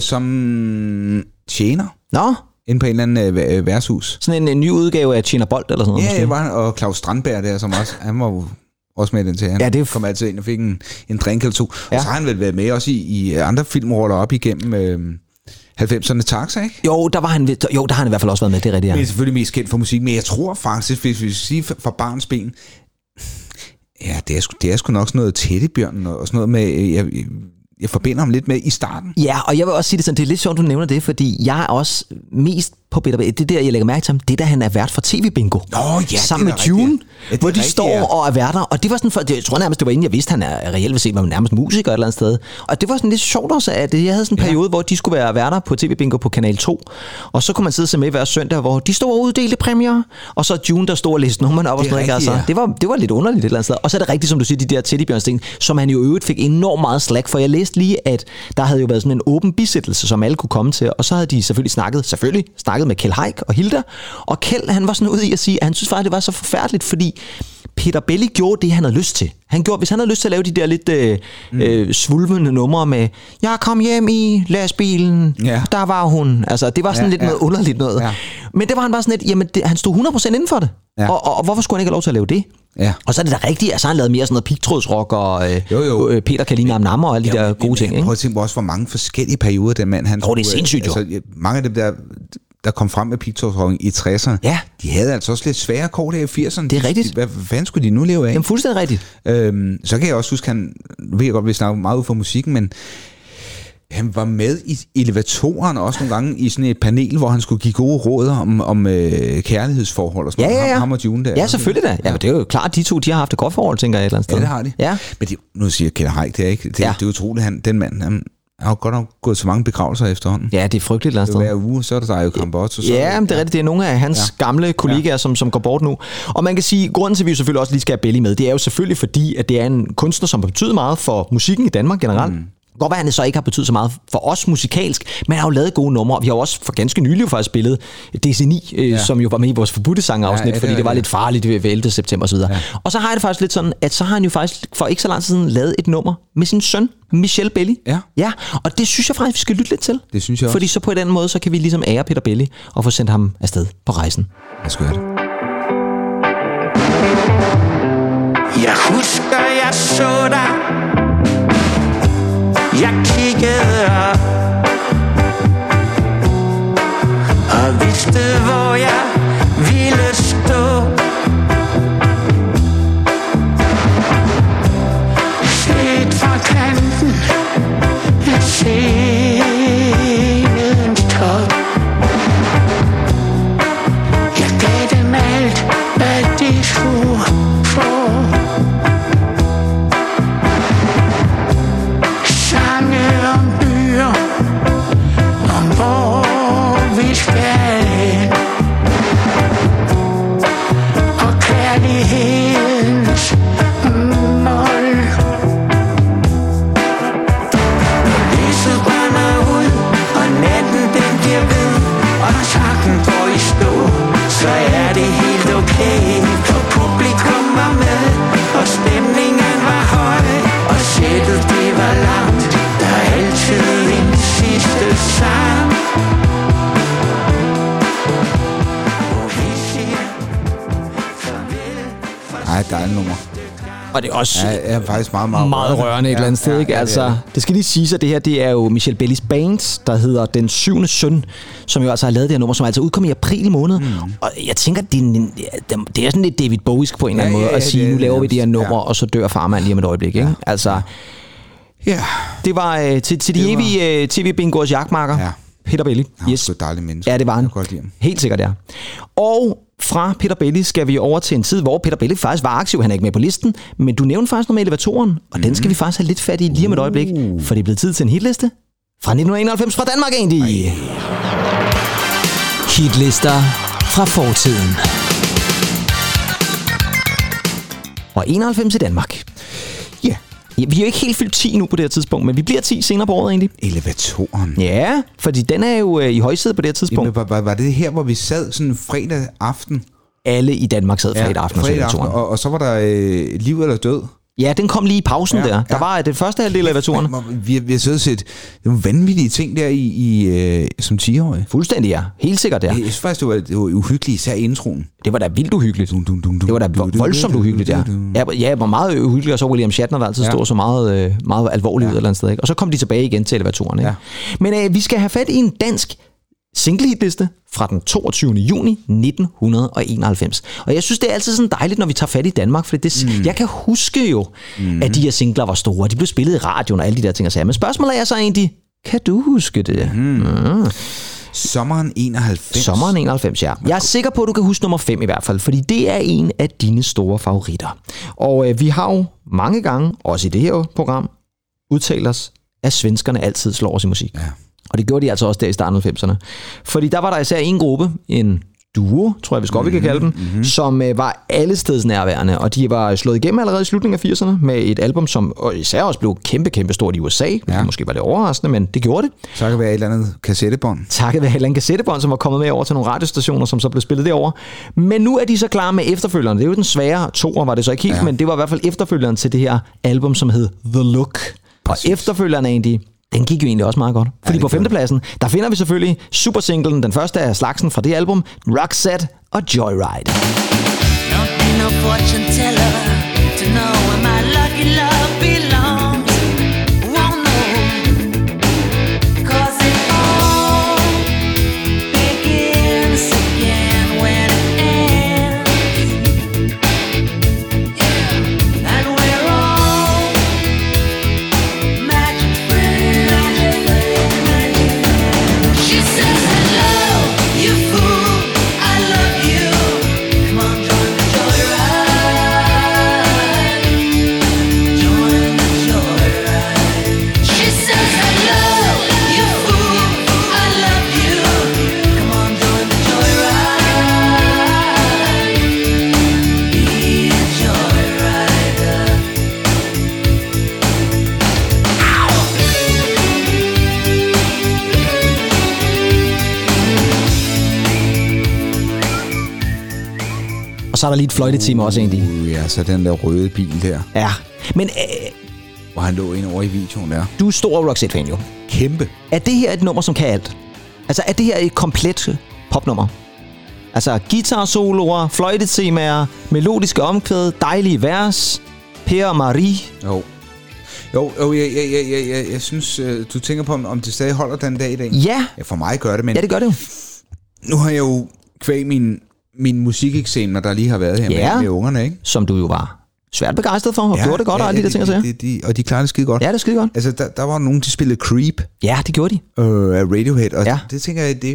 som tjener. Nå. Inde på en eller anden øh, værtshus. Sådan en, en ny udgave af Tjener Bold eller sådan noget. Ja, det var han. Og Claus Strandberg der, som også, han var jo også med i den til. Han ja, det kom altid ind og fik en, en drink eller to. Ja. Og så har han vel været med også i, i andre filmroller op igennem... Øh, halvfemserne Taxa, ikke? Jo, der var han, jo, der har han i hvert fald også været med, det er rigtigt. Ja. Men selvfølgelig mest kendt for musik, men jeg tror faktisk, hvis vi siger fra barns ben, ja, det er, sgu, det er sgu nok sådan noget Teddybjørn og sådan noget med, jeg, jeg forbinder ham lidt med i starten. Ja, og jeg vil også sige det sådan, det er lidt sjovt, du nævner det, fordi jeg er også mest på Peter Belli. Det der, jeg lægger mærke til ham, det der, han er vært for T V-bingo. Oh, ja, sammen med June, ja, hvor de rigtigt, står ja. og er værter. Og det var sådan, for, jeg tror nærmest, det var inden jeg vidste, han er reelt vil se, var nærmest musiker et eller andet sted. Og det var sådan lidt sjovt også, at jeg havde sådan en periode, ja. hvor de skulle være værter på T V-bingo på Kanal to. Og så kunne man sidde og se med hver søndag, hvor de stod og uddelte præmier. Og så June, der stod og læste nummerne op og sådan noget. Altså. Ja. Det, var, det var lidt underligt et eller andet sted. Og så er det rigtigt, som du siger, de der Teddybjørns ting, som han jo øvrigt fik enormt meget slack for. Jeg læste lige, at der havde jo været sådan en åben bisættelse, som alle kunne komme til. Og så havde de selvfølgelig snakket, selvfølgelig snakket med Kjeld Haik og Hilda. Og Kjeld, han var sådan ude i at sige, at han synes faktisk, det var så forfærdeligt, fordi Peter Belli gjorde det, han havde lyst til. Han gjorde, hvis han havde lyst til at lave de der lidt øh, mm. øh, svulvende numre med, jeg kom hjem i lastbilen, ja. der var hun. Altså, det var sådan ja, lidt ja. noget underligt noget. Ja. Men det var han bare sådan lidt, jamen, det, han stod hundrede procent inden for det. Ja. Og, og, og hvorfor skulle han ikke have lov til at lave det? Ja. Og så er det da rigtigt, at så har han lavet mere sådan noget pigtrådsrock og øh, jo, jo. Øh, Peter Kalina om Nammer og alle de ja, der gode men, ting. Ikke? Prøv at tænke på også, hvor mange forskellige perioder den mand han... Jo, det er sindssygt jo. Altså, mange af dem der... der kom frem med pigtrådshøjning i tresserne, Ja. de havde altså også lidt svære kår der i firserne. Det er rigtigt. De, hvad fanden skulle de nu leve af? Jamen fuldstændig rigtigt. Øhm, så kan jeg også huske, han, nu ved jeg godt, vi snakker meget ud fra musikken, men han var med i elevatoren også nogle gange i sådan et panel, hvor han skulle give gode råd om, om øh, kærlighedsforhold og sådan Ja, noget. ja, ja. Ham, ham og June der. Ja, selvfølgelig da. Ja, det er jo klart, at de to de har haft et godt forhold, tænker jeg et eller andet sted. Ja, det har de. Ja. Men det, nu siger jeg Kjeld Haik, det er ikke. Det, Ja. ja. det er utroligt, han, den mand, han har jo godt nok gået til mange begravelser efterhånden. Ja, det er frygteligt et eller andet Det er sted. hver uge, så er der Dario Campos. Ja, men det er rigtigt. Det er nogle af hans ja. gamle kollegaer, ja. som, som går bort nu. Og man kan sige, grunden til, at vi jo selvfølgelig også lige skal have Belli med, det er jo selvfølgelig fordi, at det er en kunstner, som har betydet meget for musikken i Danmark generelt. Mm. Godt være, at han så ikke har betydet så meget for os musikalsk, men han har jo lavet gode numre. Vi har jo også for ganske nylig jo faktisk spillet D C ni, øh, ja. som jo var med i vores forbudte sangafsnit, ja, ja, det fordi det var det. lidt farligt ved ellevte september osv. Ja. Og så har jeg det faktisk lidt sådan, at så har han jo faktisk for ikke så lang tid siden lavet et nummer med sin søn, Michel Belli. Ja. Ja, og det synes jeg faktisk, vi skal lytte lidt til. Det synes jeg også. Fordi så på en anden måde, så kan vi ligesom ære Peter Belli og få sendt ham afsted på rejsen. Jeg skal høre det. Jeg husker, jeg så dig. Jeg kiggede op og vidste, hvor jeg ville stå. Set fra kanten af scenens top. Jeg gav dem alt, hvad de skulle få. Om byer, om hvor vi skal hen, og kærlighedens mål. Lyset brænder ud, og natten den bliver ved, og når takken går i stå, så er det helt okay, for publikum var med, og stemningen var høj, og sættet det var langt. Altid en sidste sang. Ej, dejligt nummer. Og det er også Ja, er faktisk meget, meget, meget rørende et eller andet sted, ja, ikke? ja, Altså, det, det skal lige siges, at det her, det er jo Michel Bellis band, der hedder Den Syvende Søn, som jo altså har lavet det her nummer, som altså udkom i april måned. Mm. Og jeg tænker, det er, en, det er sådan lidt David Bowiesk på en eller anden Ja, måde, ja, at sige, det er nu laver det, vi det her nummer, ja. og så dør farmand lige om et øjeblik, ikke? Ja. Altså, ja. det var øh, til, til de Det var- evige øh, T V-bingoers jagtmarker. Ja. Peter Belli. Han Yes. er et dejligt menneske. Ja, det var han. Jeg kan godt lide ham. Helt sikkert, ja. Og fra Peter Belli skal vi over til en tid, hvor Peter Belli faktisk var aktiv. Han er ikke med på listen, men du nævnte faktisk noget med elevatoren, og mm. den skal vi faktisk have lidt fat i lige om et øjeblik, for det er blevet tid til en hitliste fra nitten enoghalvfems fra Danmark egentlig. Ej. Hitlister fra fortiden. Og enoghalvfems i Danmark. Ja. Ja, vi er jo ikke helt fyldt ti nu på det her tidspunkt, men vi bliver ti senere på året egentlig. Elevatoren. Ja, fordi den er jo øh, i højsædet på det her tidspunkt. Jamen, var, var, var det her, hvor vi sad sådan fredag aften? Alle i Danmark sad fredag aften og så fredag aften, elevatoren. og, og så var der øh, liv eller død. Ja, den kom lige i pausen Ja, der. Der ja. var det første halvdel af elevatoren. Vi, vi har siddet og set nogle vanvittige ting der i, i øh, som ti-årige. Fuldstændig, ja. Helt sikkert, ja. Jeg synes faktisk, det var, det var uhyggeligt, især introen. Det var da vildt uhyggeligt. Dum, dum, dum, dum, Det var da dum, dum, voldsomt dum, uhyggeligt, ja. dum, dum. Ja, ja, det var meget uhyggeligt, og så William Shatner, der altid Ja. stod så meget, øh, meget alvorligt ja. ud et eller andet sted. Ikke? Og så kom de tilbage igen til elevatoren. Ikke? Ja. Men øh, vi skal have fat i en dansk singlehitliste fra den toogtyvende juni nitten enoghalvfems. Og jeg synes, det er altid sådan dejligt, når vi tager fat i Danmark, for det, mm. jeg kan huske jo, mm. at de her singler var store. De blev spillet i radioen og alle de der ting og sager. Men spørgsmålet er så egentlig, kan du huske det? Mm. Mm. Sommeren enoghalvfems. Sommeren enoghalvfems, ja. Jeg er sikker på, at du kan huske nummer fem i hvert fald, fordi det er en af dine store favoritter. Og øh, vi har jo mange gange, også i det her program, udtalt os, at svenskerne altid slår os i musik. Ja. Og det gjorde de altså også der i starten af halvfemserne. Fordi der var der især en gruppe, en duo, tror jeg, vi godt vi kan kalde dem, mm-hmm. som øh, var allesteds nærværende, og de var slået igennem allerede i slutningen af firserne med et album, som og især også blev kæmpe, kæmpe stort i U S A. Ja. Måske var det overraskende, men det gjorde det. Så kan det være et eller andet kassettebånd. Takket være et eller andet kassettebånd, som var kommet med over til nogle radiostationer, som så blev spillet derovre. Men nu er de så klar med efterfølgerne. Det er jo den svære toer, var det så ikke helt, ja. men det var i hvert fald efterfølgeren til det her album, som hed The Look. Præcis. Og efterfølgeren egentlig, den gik jo egentlig også meget godt. Fordi ja, på femtepladsen, der finder vi selvfølgelig supersinglen, den første af slagsen fra det album, Roxette og Joyride. Don't need no fortune teller to know where my lucky love belongs. Won't know, 'cause it all begins Og så er der lige et fløjtetime uh, også egentlig. Uh, ja, så den der røde bil der. Ja, men... Øh, hvor han lå ind over i videoen der. Du er stor Roxette-fan jo. Kæmpe. Er det her et nummer, som kan alt? Altså, er det her et komplet popnummer? Altså, guitar-soloer, fløjtetemaer, melodiske omkvæd, dejlige vers, Per og Marie. Jo. Jo, jo jeg, jeg, jeg, jeg, jeg, jeg synes, du tænker på, om det stadig holder den dag i dag. Ja. Ja, for mig gør det, men... Ja, det gør det jo. Nu har jeg jo kvæg min, min musikeksamener, der lige har været her ja. med, med ungerne, ikke? Som du jo var svært begejstret for, og ja, gjorde det godt, ja, og alle de der ting at sige. De, de, og de klarede det skide godt. Ja, det er skide godt. Altså, der, der var nogen, der spillede Creep. Ja, det gjorde de. Øh, af Radiohead, og ja. det tænker jeg, det, det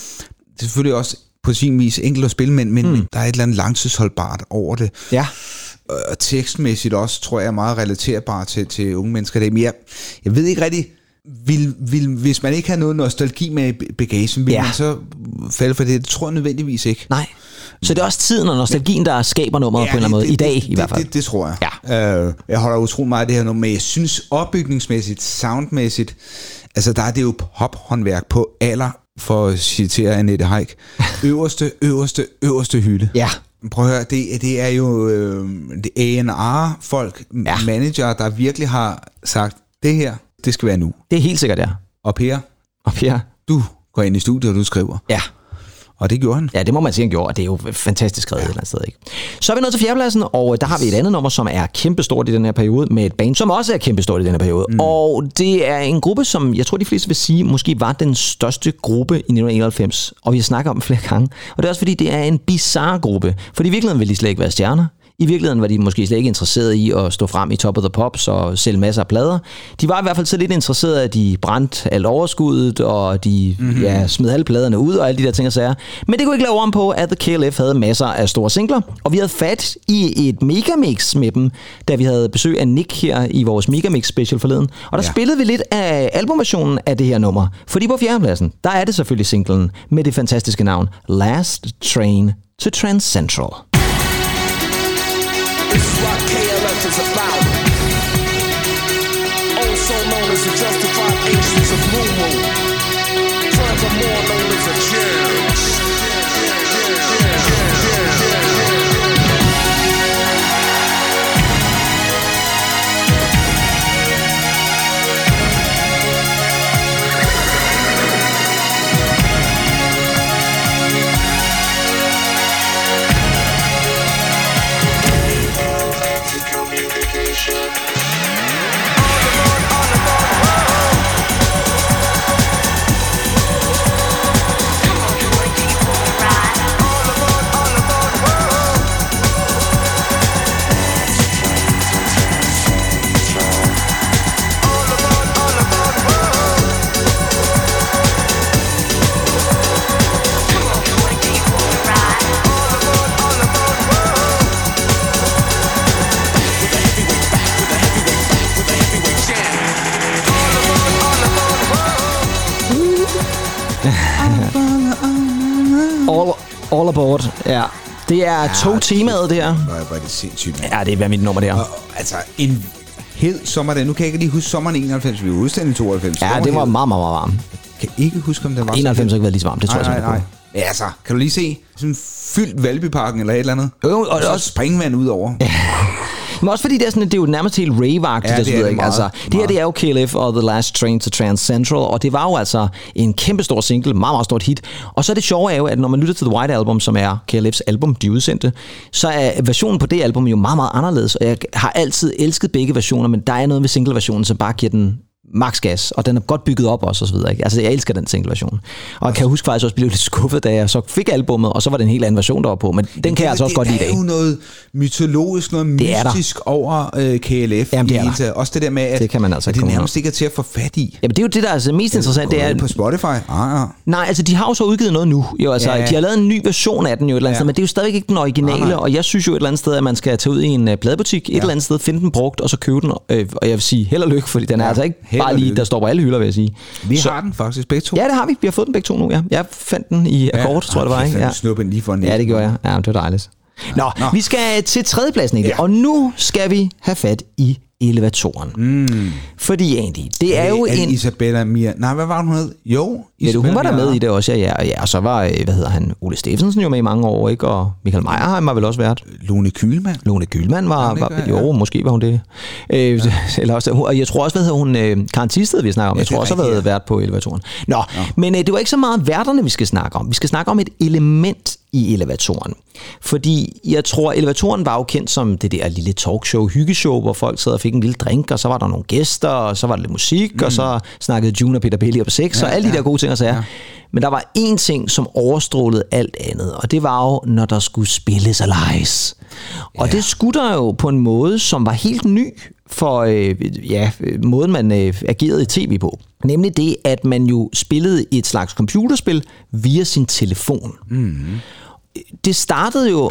er selvfølgelig også på sin vis enkelt at spille, men, men mm. der er et eller andet langtidsholdbart over det. Ja. Og tekstmæssigt også, tror jeg, er meget relaterbar til, til unge mennesker. Men jeg, jeg ved ikke rigtig, vil, vil, hvis man ikke har noget nostalgi med bagagen, vil ja. man så falde for det? Det tror jeg nødvendigvis ikke. Nej. Så det er også tiden og nostalgien, der skaber nummeret ja, på en eller anden måde. Det, I dag det, i hvert fald. Det, det, det tror jeg. Ja. Uh, jeg holder utrolig meget af det her nummer, men jeg synes opbygningsmæssigt, soundmæssigt, altså der er det jo pophåndværk på aller, for at citere Annette Haik, øverste, øverste, øverste hylde. Ja. Prøv at høre, det, det er jo øh, det A and R-folk, ja. manager, der virkelig har sagt, det her, det skal være nu. Det er helt sikkert, ja. Og Per, og Per, du går ind i studiet, og du skriver. Ja. Og det gjorde han. Ja, det må man sige, han gjorde, og det er jo fantastisk skrevet ja. et eller andet sted, ikke? Så er vi nået til fjerdepladsen, og der har vi et andet nummer, som er kæmpestort i den her periode, med et band, som også er kæmpestort i den her periode. Mm. Og det er en gruppe, som jeg tror, de fleste vil sige, måske var den største gruppe i nitten enoghalvfems, og vi har snakket om flere gange. Og det er også fordi, det er en bizarre gruppe, for i virkeligheden vil de slet ikke være stjerner. I virkeligheden var de måske slet ikke interesserede i at stå frem i Top of the Pops og sælge masser af plader. De var i hvert fald så lidt interesserede, at de brændte alt overskuddet, og de mm-hmm. ja, smed alle pladerne ud og alle de der ting og sager. Men det kunne ikke lave om på, at The K L F havde masser af store singler, og vi havde fat i et megamix med dem, da vi havde besøg af Nick her i vores megamix special forleden. Og der ja. spillede vi lidt af albumversionen af det her nummer. Fordi på fjerdepladsen, der er det selvfølgelig singlen med det fantastiske navn Last Train to Trans Central. This is what K L F is about. Also known as the justified ancients of Mumu. Furthermore known as a church. All, all aboard, ja. Det er ja, to temaet der. Hvor er det sindssygt, man. Ja, det er mit nummer der. Og, altså, en hed sommer der. Nu kan jeg ikke lige huske sommeren enoghalvfems. Vi var udstændig i tooghalvfems. Ja, det var meget, meget, meget varmt. Jeg kan ikke huske, om det var enoghalvfems har ikke været lige så varmt, det tror nej, jeg nej, nej. Ja, altså, kan du lige se sådan fyldt Valbyparken eller et eller andet? Jo, og, og så også springvand ud over. Ja. Men også fordi det er, sådan, det er jo nærmest helt rave-agtigt. Ja, det, det, er det, ikke? meget, altså, det her det er jo K L F og The Last Train to Trans Central, og det var jo altså en kæmpe stor single, meget, meget stort hit. Og så er det sjove er jo, at når man lytter til The White Album, som er K L F's album, de udsendte, så er versionen på det album jo meget, meget anderledes, og jeg har altid elsket begge versioner, men der er noget ved single-versionen, som bare giver den max gas, og den er godt bygget op også, og så videre, ikke? Altså, jeg elsker den single-version. Og jeg kan huske faktisk også blive lidt skuffet, da jeg så fik albummet, og så var det en helt anden version, der var på, men den kan det, jeg altså også godt lide i dag. Det er jo noget mytologisk, noget mystisk over øh, K L F. Jamen, det er der. Også det der med, at det, kan man altså at det nærmest ikke er til at få fat i. Jamen, det er jo det, der er altså mest interessant. Det er på Spotify? Ah, ja. Nej, altså, de har jo så udgivet noget nu. Jo, altså, ja. De har lavet en ny version af den jo et eller andet ja. sted, men det er jo stadig ikke den originale, ah, og jeg synes jo et eller andet sted, at man skal tage ud i en uh, pladebutik, et ja. eller andet sted, finde den brugt, og så købe den, øh, og jeg vil sige held og lykke, fordi den ja. er altså ikke held bare lige, der står på alle hylder, vil jeg sige. Vi så, har den faktisk begge to. Ja, det har vi. Vi har fået den begge to nu, ja. Jeg fandt den i akkord, ja, tror jeg, det var, ikke? Ja, snuppen lige for en. Ja, det gjorde jeg. Ja, det var dejligt. Nå, Nå, vi skal til tredjepladsen, ikke? Ja. Og nu skal vi have fat i Elevatoren. Mm. Fordi egentlig, det er, er jo er en... Isabella Mia... Nej, hvad var hun hed? Jo, Ja, hun var der med i det også, ja, ja. Og, ja, og så var, hvad hedder han, Ole Steffensen jo med i mange år, ikke? Og Michael Meyerheim var vel også vært. Lone Kühlmann. Lone Kühlmann var, var var jo, ja. måske var hun det. Øh, ja. Eller også, og jeg tror også, hvad hedder hun, øh, Karen Thisted, vi snakker om. Ja, jeg tror også, har været ja. vært på Elevatoren. Nå, ja. men øh, det var ikke så meget værterne, vi skal snakke om. Vi skal snakke om et element i Elevatoren. Fordi jeg tror, Elevatoren var jo kendt som det der lille talkshow, hyggeshow, hvor folk sad og fik en lille drink, og så var der nogle gæster, og så var der lidt musik, mm. og så snakkede June og Peter Belli op sex, ja, og alle de ja. der gode ting og sager. Ja. Men der var én ting, som overstrålede alt andet, og det var jo, når der skulle spilles og leges. Og ja. det skulle der jo på en måde, som var helt ny for øh, ja, måden, man øh, agerede i tv på. Nemlig det, at man jo spillede et slags computerspil via sin telefon. Mm. Det startede jo...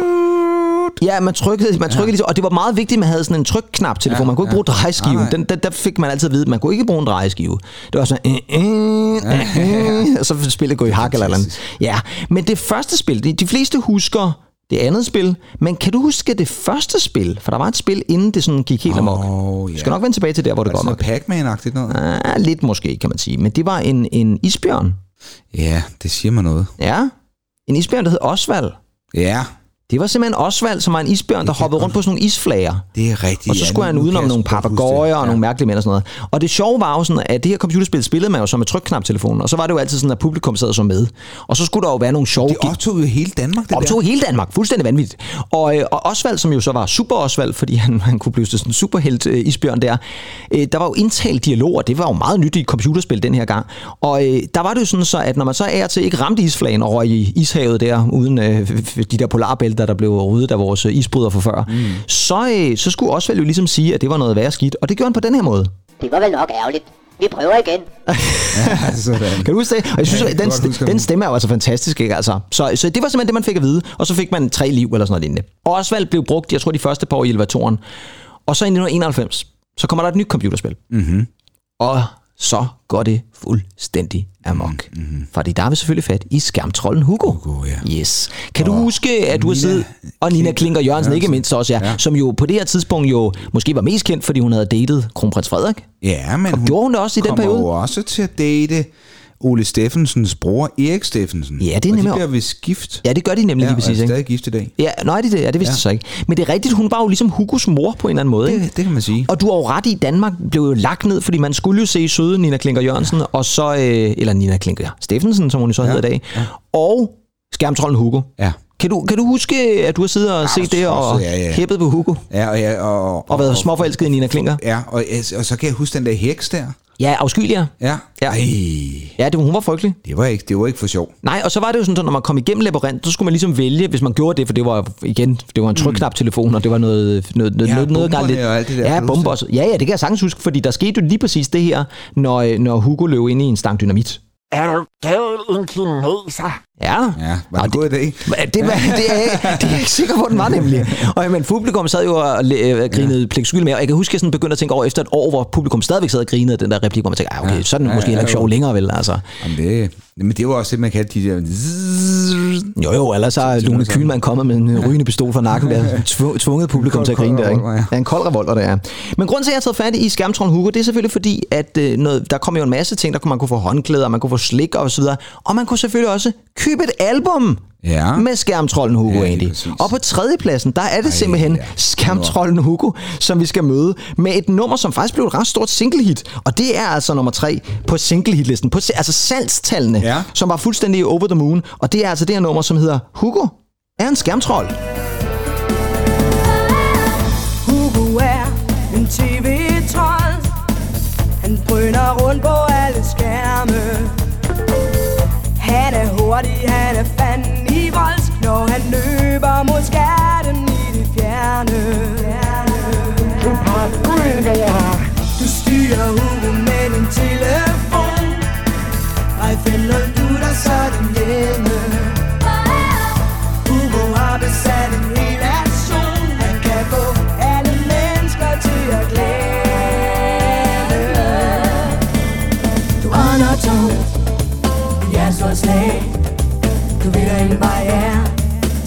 Ja, man trykkede, man trykkede ja. ligesom, og det var meget vigtigt, at man havde sådan en trykknap telefon. Ja, man kunne ikke ja. bruge drejeskiven. Ah, den, der, der fik man altid at vide, at man kunne ikke bruge en drejeskive. Det var sådan, øh, øh, øh, øh, og så spillet gå i hak eller andet. Ja, men det første spil, de, de fleste husker det andet spil, men kan du huske det første spil? For der var et spil, inden det sådan gik helt amok. Oh, yeah. Skal nok vende tilbage til der, hvor det går nok. Pac-Man-agtigt noget? Ah, lidt måske, kan man sige. Men det var en, en isbjørn. Ja, det siger mig noget. Ja, en isbjørn, der hed Osvald. Ja. Det var simpelthen Osvald, som var en isbjørn, der hoppede rundt på sådan nogle isflager. Det er rigtigt. Og så skulle ja, han udenom nogle papegøjer ja. og nogle mærkelige mænd og sådan noget. Og det sjove var jo sådan, at det her computerspil spillede man jo som med trykknaptelefonen, og så var det jo altid sådan, at publikum sad så med. Og så skulle der jo være nogle sjove... Det optog jo hele Danmark, det optog der. hele Danmark, fuldstændig vanvittigt. Og, og Osvald, som jo så var super Osvald, fordi han, han kunne blive sådan en superhelt øh, isbjørn der, øh, der var jo indtalt dialoger, det var jo meget nyt i computerspil den her gang. Og øh, der var det jo sådan så, at når man så er til ikke ramte isflagen over i ishavet der, uden øh, de der polarbælter, der blev ryddet af vores isbryder for før, mm. så, øh, så skulle Osvald jo ligesom sige, at det var noget værre skidt. Og det gjorde han på den her måde. Det var vel nok ærgerligt. Vi prøver igen. Ja, sådan. Kan du huske det? Og jeg synes, ja, den, st- den stemme er jo altså fantastisk, ikke? Altså, så, så det var simpelthen det, man fik at vide. Og så fik man tre liv eller sådan noget lignende. Og Osvald blev brugt, jeg tror, de første par år i Elevatoren. Og så i nitten enoghalvfems, så kommer der et nyt computerspil. Mm-hmm. Og så går det fuldstændig amok. Mm-hmm. Fordi der er vi selvfølgelig fat i skærmtrollen Hugo. Hugo ja. Yes. Kan og du huske, at du har siddet... Og Nina Klinker Jørgensen, ikke mindst også, ja, ja. Som jo på det her tidspunkt jo måske var mest kendt, fordi hun havde datet kronprins Frederik. Ja, men og hun gjorde hun det også i den periode? kommer jo også til at date Ole Steffensens bror, Erik Steffensen. Ja, det er nemlig... Og de bliver vist gift. Ja, det gør de nemlig ja, lige præcis. Ja, og er stadig gift i dag. Ja, nej, det, ja, det vidste ja. jeg så ikke. Men det er rigtigt, hun var jo ligesom Hugos mor på en eller anden måde. Det, det kan man sige. Og du har jo ret i, Danmark blev jo lagt ned, fordi man skulle jo se søde Nina Klinker Jørgensen, ja. og så... Øh, eller Nina Klinker Steffensen, som hun så ja. hedder i dag. Ja. Og skærmtrollen Hugo. Ja. Kan du, kan du huske, at du har siddet og ja, set det og ja, ja. hæppet på Hugo? Ja, og, ja, og, og, og været småforelsket i Nina Klinker? Ja, og, og så kan jeg huske den der heks der. Ja, afskyelige. Ja. Ja. Ja, det var, hun var frygtelig. Det var ikke, det var ikke for sjov. Nej, og så var det jo sådan, at når man kom igennem labyrint, så skulle man ligesom vælge, hvis man gjorde det, for det var igen, det var en trykknap-telefon, og det var noget noget noget, ja, noget, noget galt. Og alt det der, ja, bomber også. Ja, ja, det kan jeg sagtens huske, fordi der skete jo lige præcis det her, når når Hugo løb ind i en stang dynamit. Er du gal en kineser? Ja. Ja, var det en god idé? Det, det, det, er, det er jeg ikke sikker på, den var nemlig. Og men publikum sad jo og grinede ja. pligtskyldigt med, og jeg kan huske, at jeg sådan begyndte at tænke over efter et år, hvor publikum stadigvæk sad og grinede af den der replik, hvor man tænkte, okay, så er den ja, måske ja, ikke sjov længere, vel? Altså. Jamen det, men det var også det, man kaldte de der... Jo jo, ellers så Lone Kühlmann kommet med en rygende pistol fra nakken, der tvunget publikum til at grine der, ikke? Ja, en kold revolver, der er. Men grunden til, at jeg har taget fat i skærmtrollen Hugo, det er selvfølgelig fordi, at øh, noget, der kommer jo en masse ting, der kunne man kunne få håndklæder, man kunne få slik og så videre, og man kunne selvfølgelig også købe et album ja. med skærmtrollen Hugo ja, egentlig. Og på tredjepladsen, der er det Ej, simpelthen ja. skærmtrollen Hugo, som vi skal møde med et nummer, som faktisk blev et ret stort singlehit. Og det er altså nummer tre på singlehitlisten, på altså salgstallene, ja. som var fuldstændig over the moon. Og det er altså det her nummer, som hedder Hugo er en skærmtrold. Hugo er en tv-trold. Han brøner rundt på alle skærme. Han er hurtig, han er fanden i voldsk, når han løber mod skatten i det fjerne. Du styrer Hugo med din telefon. Ej, finder du dig sådan hjemme. Hugo har besat en hel nation. Han kan få alle mennesker til at glemme. Du ånder tungt. Jeg står slag. Du ved der ingen vej er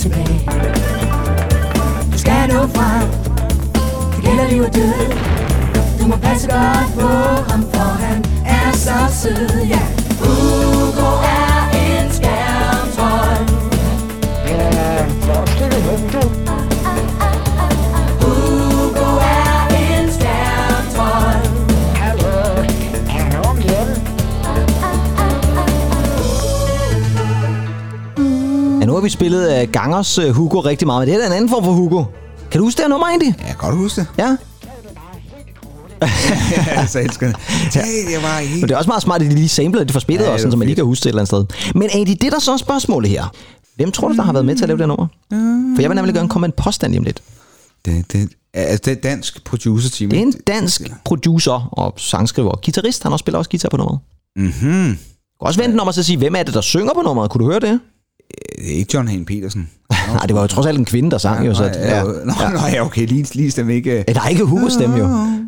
tilbage. Du skal nå frem. Det gælder liv og død. Du må passe godt på ham, for han er så sød, ja. Hugo er en skærmtrold. Hugo er en skærmtrold. Hallo, er der nogen hjemme? Ja, nu har vi spillet uh, Gangers uh, Hugo rigtig meget, men det er en anden form for Hugo. Kan du huske det her nummer egentlig? Ja, jeg kan godt huske det. Ja. Altså, elsker det. Ja, jeg var helt... Men det er også meget smart, at de lige samplede det for spillet Ja, også, det så var man lige fedt. kan huske det et eller andet sted. Men Andy, det er der så er spørgsmålet her. Hvem tror du, der har været med til at lave det her nummer? For jeg vil nemlig gerne komme med en påstand lige om lidt. Det, det, altså, det er et dansk producer-team. Det er en dansk producer og sangskriver og guitarist. Han også spiller også guitar på nummeret. Mhm. Du kan også vente om at så sige, hvem er det, der synger på nummeret? Kunne du høre det? Det er ikke John Hagen Petersen. Nej, det var jo trods alt en kvinde, der sang Ja, jo. Så, nej, ja, nå, ja. Nå, ja, okay, lige, lige stemme ikke... Der er ikke Hugo stemme jo.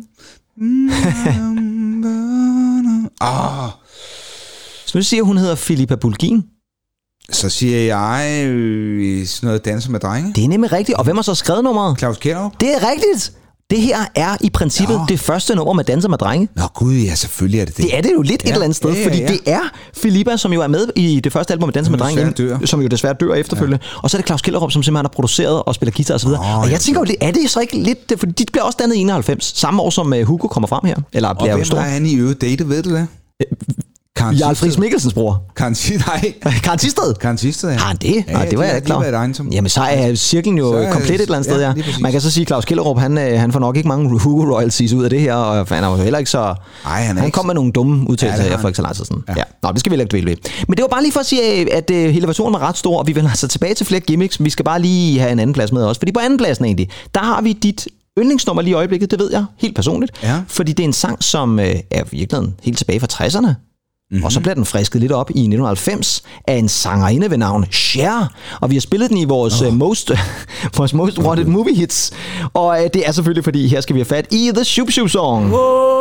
Ah, Så nu siger hun hedder Filippa Bulgin. så siger jeg øh, sådan noget danser med drenge. Det er nemlig rigtigt. Og hvem har så skrevet nummeret? Claus Kjellerup. Det er rigtigt. Det her er i princippet Nå. det første nummer med Danser med drenge. Nå gud, ja, selvfølgelig er det det. Det er det jo lidt ja. et eller andet sted, Ja, ja, fordi ja. det er Filippa, som jo er med i det første album med Danser med Som drenge, desværre dør. som jo desværre dør efterfølgende. Ja. Og så er det Claus Kjellerup, som simpelthen har produceret og spiller guitar og så videre. Oh, og jeg ja. tænker jo, lidt, er det så ikke lidt, fordi de bliver også dannet i enoghalvfems, samme år som uh, Hugo kommer frem her, eller Og bliver jo hvem stor. har han i øvrigt datet, ved du det? Karen Jarl Thisted. Friis Mikkelsens bror. Karen Thisted, nej. Karen Thisted. Karen Thisted, ja. Har han det? Ja, Nej, det var de jeg har- ikke klar de har været over. ensom. Jamen, så er cirklen jo Så er- komplet et eller andet ja, sted, ja. lige præcis. Man kan så sige, at Claus Kjellerup, han, øh, han får nok ikke mange Hugo royalties ud af det her, og han er jo heller ikke så... Ej, han er han ikke kom med nogle dumme udtalelser Ja, det her har for han. ikke så lang tid siden. Ja. Ja. Ja. Nå, det skal vi heller ikke dvæle ved. Men det var bare lige for at sige, at øh, hele versionen var ret stor, og vi vil altså tilbage til flere gimmicks. Vi skal bare lige have en anden plads med også. Fordi på anden pladsen egentlig, der har vi dit yndlingsnummer lige i øjeblikket, det ved jeg helt personligt. Ja. Fordi det er en sang, som øh, er virkelig helt tilbage fra tresserne. Mm-hmm. Og så bliver den frisket lidt op i nitten halvfems af en sangerinde ved navn Cher. Og vi har spillet den i vores, oh. uh, most, vores most wanted movie hits. Og uh, det er selvfølgelig, fordi her skal vi have fat i The Shoop Shoop Song.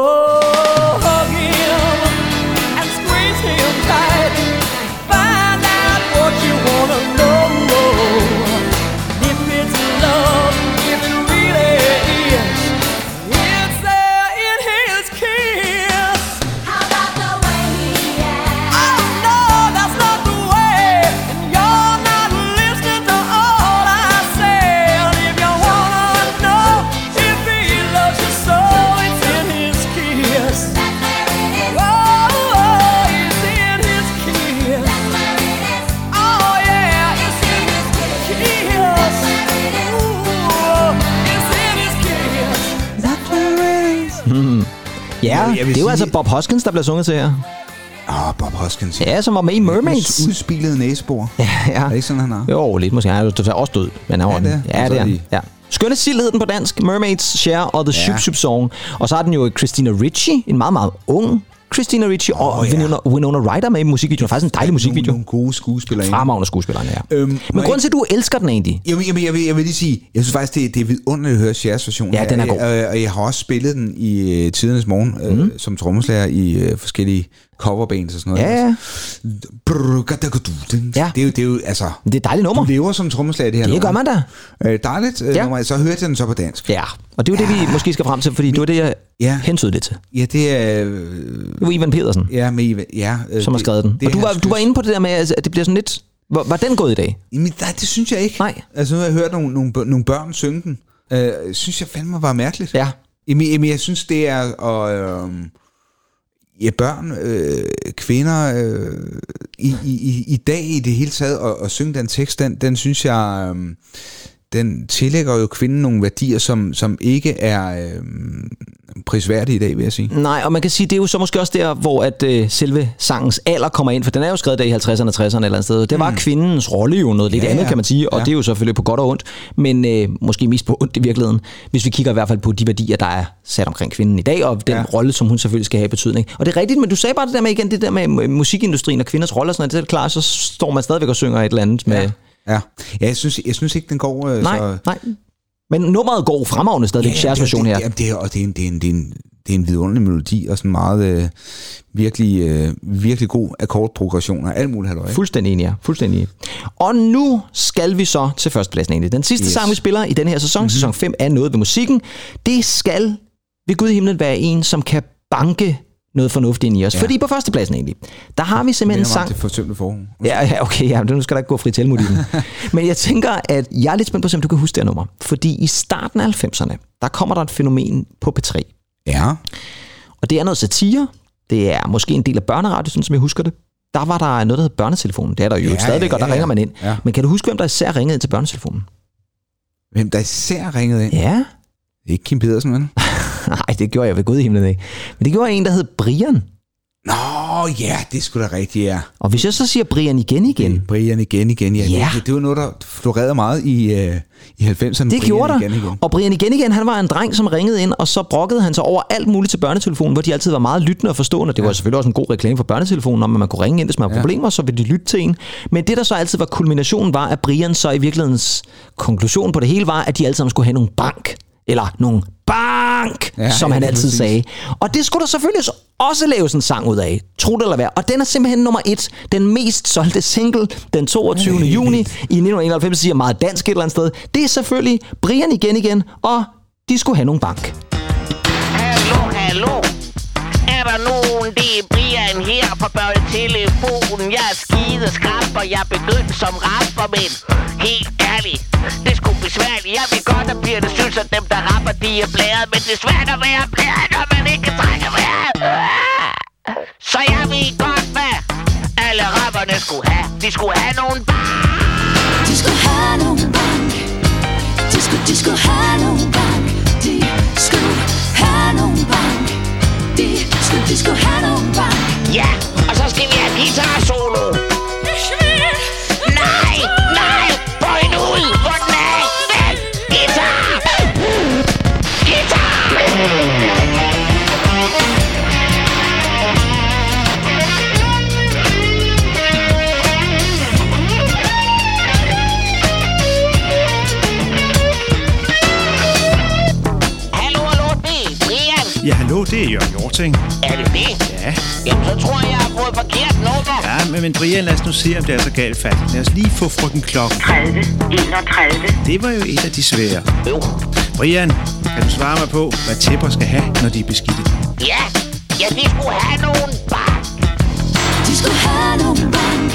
Ja, Jeg- jeg vil det er jo sige- altså Bob Hoskins, der bliver sunget til her. Åh, oh, Bob Hoskins. Ja, som var med i Mermaids. Udspilede næsebor. Ja, ja. Er det ikke sådan, han har? Jo, lidt måske. Han er jo også død. Men han Ja, var det er. den. Ja, Og så det er er han. de- Ja. Skønne Sild hed den på dansk. Mermaids, Cher og The Ja. Shoop Shoop Song. Og så har den jo Christina Ricci, en meget, meget ung Christina Ricci, oh, og ja. Winona, Winona Ryder med i musikvideoen. Faktisk en dejlig musikvideo. Nogle gode skuespillere. Fremragende skuespillere, ja. Øhm, Men må grunden til, at du elsker den egentlig, Jamen, jamen, jeg, vil, jeg vil lige sige, jeg synes faktisk, det, det er vidunderligt at høre Chers version. Ja, den er god. Jeg, og jeg har også spillet den i uh, Tidernes Morgen, mm. uh, som trommeslager i uh, forskellige coverbands og sådan noget. Ja, ja. Ja. Det er jo, det er jo, altså... det er et dejligt nummer. Du lever som trommeslager, det her Det gør man da. Uh, dejligt uh, Ja. nummer. Så hørte jeg den så på dansk. Ja, og det er jo det, vi måske skal frem til, fordi det var det, jeg Ja. hentede lidt til. Ja, det er... Uh, Det var Ivan Pedersen, ja, med Ivan, ja, uh, som har skrevet den. det Og du er var, hans du var skyld. inde på det der med, at det bliver sådan lidt... Var, var den gået i dag? Jamen, nej, det synes jeg ikke. Nej. Altså, nu har jeg hørt nogle, nogle, nogle børn synge den. Uh, synes jeg fandme var mærkeligt. Ja. Jamen, jamen, jeg synes, det er... Og, øh, ja, børn, øh, kvinder, øh, i, i, i dag i det hele taget, og, og synge den tekst, den, den synes jeg... Øh, den tillægger jo kvinden nogle værdier, som, som ikke er øh, prisværdige i dag, vil jeg sige. Nej, og man kan sige, det er jo så måske også der, hvor at øh, selve sangens alder kommer ind, for den er jo skrevet der i halvtredserne og tresserne eller andet sted. Det var mm. kvindens rolle jo noget lidt Ja, andet, ja. kan man sige, og Ja. det er jo selvfølgelig på godt og ondt, men øh, måske mest på ondt i virkeligheden, hvis vi kigger i hvert fald på de værdier, der er sat omkring kvinden i dag, og den Ja. rolle, som hun selvfølgelig skal have betydning. Og det er rigtigt, men du sagde bare det der med igen, det der med musikindustrien og kvinders rolle og sådan noget, det er klart, så står man stadigvæk og synger et eller andet med... Ja, ja. ja jeg, synes, jeg synes ikke, den går... Øh, Nej, så... nej. Men nummeret går fremragende stadigvæk, ja, Chers version her. Det, det, er, og det, er en, det, er en, det, er en, det er en vidunderlig melodi, og sådan meget øh, virkelig, øh, virkelig god akkordprogression og alt muligt halløj. Fuldstændig enig, ja. Fuldstændig enig. Og nu skal vi så til førstepladsen egentlig. Den sidste Yes. sang, vi spiller i den her sæson, mm-hmm. sæson fem, er Noget ved musikken. Det skal vil Gud i himlen være en, som kan banke noget fornuft ind i os. Ja. Fordi på førstepladsen egentlig, der har vi simpelthen en sang... Det forsømte forhold. Ja, ja, okay, ja, nu skal der ikke gå fri tilmod i den. Men jeg tænker, at jeg er lidt spændt på, om du kan huske det her nummer. Fordi i starten af halvfemserne, der kommer der et fænomen på P tre. Ja. Og det er noget satire. Det er måske en del af børneradio, sådan som jeg husker det. Der var der noget, der hed børnetelefonen. Det er der jo ja, stadigvæk, og der ja, ja. ringer man ind. Ja. Men kan du huske, hvem der især ringede ind til børnetelefonen? Hvem der især ringede ind? Ja. Ikke Kim Pedersen, vel? Nej, det gjorde jeg ved Gud i himlen ikke. Men det gjorde en, der hed Brian. Nå, ja, det skulle da rigtigt, ja. Og hvis jeg så siger Brian igen igen. Brian igen igen, ja. ja. Det, det var noget, der florerede meget i, uh, i halvfemserne. Det Brian gjorde der. Igen, igen. Og Brian igen igen, han var en dreng, som ringede ind, og så brokkede han sig over alt muligt til børnetelefonen, hvor de altid var meget lyttende og forstående. Det var ja. selvfølgelig også en god reklame for børnetelefonen, om at man kunne ringe ind, hvis man havde ja. problemer, så ville de lytte til en. Men det, der så altid var kulminationen, var, at Brian så i virkelighedens konklusion på det hele var, at de alle sammen skulle have nogle bank. Eller nogle bank, ja, som han altid sagde. Og det skulle der selvfølgelig også laves en sang ud af. Tro det eller hvad. Og den er simpelthen nummer et. Den mest solgte single den toogtyvende juni i nitten enoghalvfems, siger meget dansk et eller andet sted. Det er selvfølgelig Brian igen igen, og de skulle have nogle bank. Hallo, hallo. Er der nogen? Det er Brian her på børnetelefonen. Jeg er skide skrab, og jeg begyndte som rapper, men helt ærligt, det skulle besværligt. Jeg vil godt, at pigerne synes, at dem, der rapper, de er blæret, men det er svært at være blæret, når man ikke kan trække vejret. Så jeg ved godt, hvad alle rapperne skulle have. De skulle have nogle bank. De skulle have nogle bank. De skulle, de skulle have nogle bank. De skulle have nogle bank. De skulle, de skulle have nogle bank. Ja, og så skal vi have guitar-solo. Nej, nej, få hende ud, få den af, vent, guitar, guitar. Hallo, hallo, det er Brian. Ja, hallo, det er Jørgen Hjorting. Er det det? Ja. Jamen, så tror jeg, jeg har fået forkert nummer. Ja, men, men Brian, lad os nu se, om det er så galt fat. Lad os lige få frøken klokken. tredive, enogtredive. Det var jo et af de svære. Jo. Brian, kan du svare mig på, hvad tæpper skal have, når de er beskidte? Ja, ja, de skulle have nogen bank. De skulle have nogen bank.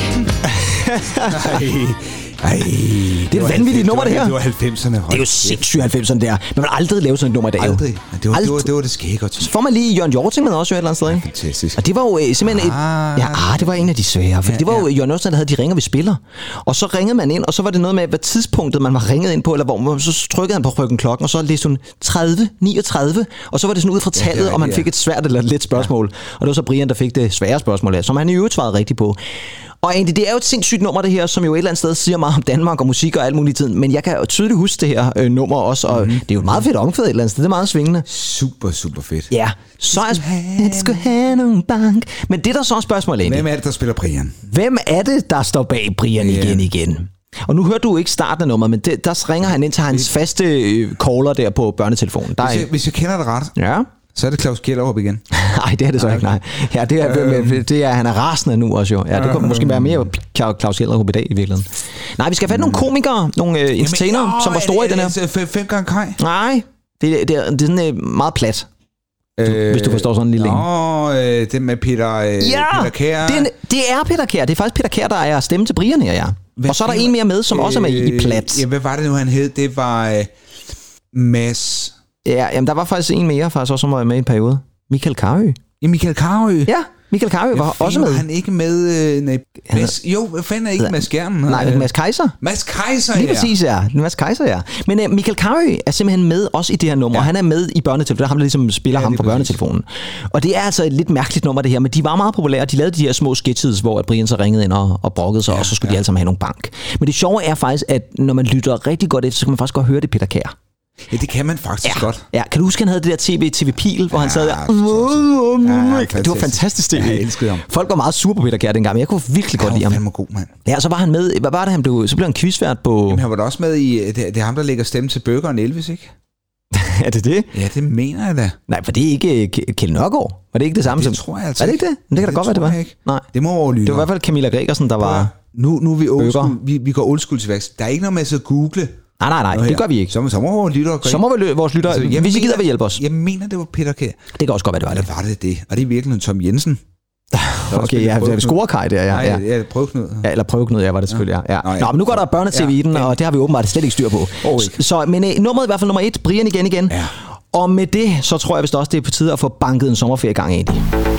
Ej. Ej, det, det er et vanvittigt nummer, det her. Det var halvfemserne. Det er jo sindssygt halvfemserne, der. Man vil aldrig lave sådan et nummer i dag. Aldrig. Det var, det var, det var det skæg godt. Så får man lige Jørgen Hjorting med også jo et eller andet sted, ikke? Fantastisk. Og det var jo øh, simpelthen et... Ah, ja, ah, det var en af de svære. For ja, det var jo ja. Jørgen Hjorting, der havde De ringer, vi spiller. Og så ringede man ind, og så var det noget med, hvad tidspunktet man var ringet ind på, eller hvor man så trykkede han på frøken klokken, og så læste hun tredive, niogtredive, og så var det sådan ud fra tallet, ja, og man fik et svært eller let spørgsmål. Og det var så Brian, der fik det svære spørgsmål, som han i øvrigt svarede rigtigt på. Og egentlig, det er jo et sindssygt nummer, det her, som jo et eller andet sted siger meget om Danmark og musik og alt muligt i tiden. Men jeg kan jo tydeligt huske det her øh, nummer også, og mm-hmm. det er jo et meget fedt omkvæd et eller andet sted. Det er meget svingende. Super, super fedt. Ja, så er det skulle have nogle bank. Men det der så er spørgsmålet egentlig. Hvem er det, der spiller Brian? Hvem er det, der står bag Brian yeah. igen igen? Og nu hører du ikke starten af nummeret, men det, der ringer han ind til hans faste øh, caller der på børnetelefonen. Der hvis, jeg, er, hvis jeg kender det ret, ja. så er det Claus Kjellerup igen. Nej, det er det så ikke, nej. Ja, det er, øhm. det er, han er rasende nu også jo. Ja, det kunne måske være mere Claus Kjellerup i dag i virkeligheden. Nej, vi skal have fat nogle komikere, nogle øh, entertainere, som var store i den her. Fem gange Kaj? Nej, det, det, er, det er sådan øh, meget plat. Du, øh, hvis du forstår sådan en lille Nå, øh, det med Peter, øh, ja, Peter Kjær. Det, det er Peter Kjær. Det er faktisk Peter Kjær, der er stemme til Brian her, ja. Hvad, og så er der en mere med, som øh, også er med i plat. Ja, hvad var det nu, han hed? Det var øh, Mads... Ja, jamen, der var faktisk en mere, faktisk også, som var med i en periode. Michael Carøe. Ja, Michael Carøe. Ja, Michael Carøe var også med. Var han ikke med... Øh, nej, Mads, jo, hvad fanden er ikke Mads Skjermen? Nej, Mads Kaiser. Mads Kaiser, ja. Lige præcis, ja. Mads Kaiser, ja. Men uh, Michael Carøe er simpelthen med også i det her nummer. Ja. Han er med i børnetelefonen. Det er ham, der ligesom spiller ja, ham på børnetelefonen. Og det er altså et lidt mærkeligt nummer, det her. Men de var meget populære. De lavede de her små sketches, hvor Brian så ringede ind og, og brokkede sig, ja, og så skulle ja. de alle sammen have nogle bank. Men det sjove er faktisk, at når man lytter rigtig godt efter, så kan man faktisk godt høre det Peter Kjær. Ja, det kan man faktisk ja. godt. Ja, kan du huske, han havde det der tv, T V Pil, hvor ja, han sad der? Ja, det var fantastisk tv. Ja, jeg elskede ham. Folk var meget super på Peter Kjær dengang, men jeg kunne virkelig godt lide ham. Han var god, mand. Ja, så var han med, hvad var det, han blev, så blev han quizvært på... Jamen, han var da også med i, det, det er ham, der lægger stemme til Bøgeren Elvis, ikke? Er det det? Ja, det mener jeg da. Nej, for det er ikke Kjeld Nørgaard. Var det ikke det samme det som... Det tror jeg altså ikke. Er det ikke det? Men det kan da godt være, det var. Ikke. Nej. Det må overlyde. Det var i hvert fald Camilla Gregersen, der var... Nu, nu er vi old school, vi, vi går old school til værks. Der er ikke noget med at så google, Nej, nej, nej, det gør vi ikke. Så, så må vores lyttere... Så må vi, vores lyttere, altså, hvis I gider vil hjælpe os. Jeg mener, det var Peter Kjær. Det kan også godt være, det var det. Eller var det det? Og det er virkelig Tom Jensen. Okay, ja, det er scorekaj der, ja. Nej, ja, prøveknud. Ja, eller prøveknud, ja, var det selvfølgelig, ja. ja. Nå, ja. Nå, men nu går der børne-tv i den, og det har vi åbenbart slet ikke styr på. Oh, så, men uh, nummeret i hvert fald nummer et, Brian igen igen. Ja. Og med det, så tror jeg vist også, det er på tide at få banket en sommerferie i gang egentlig.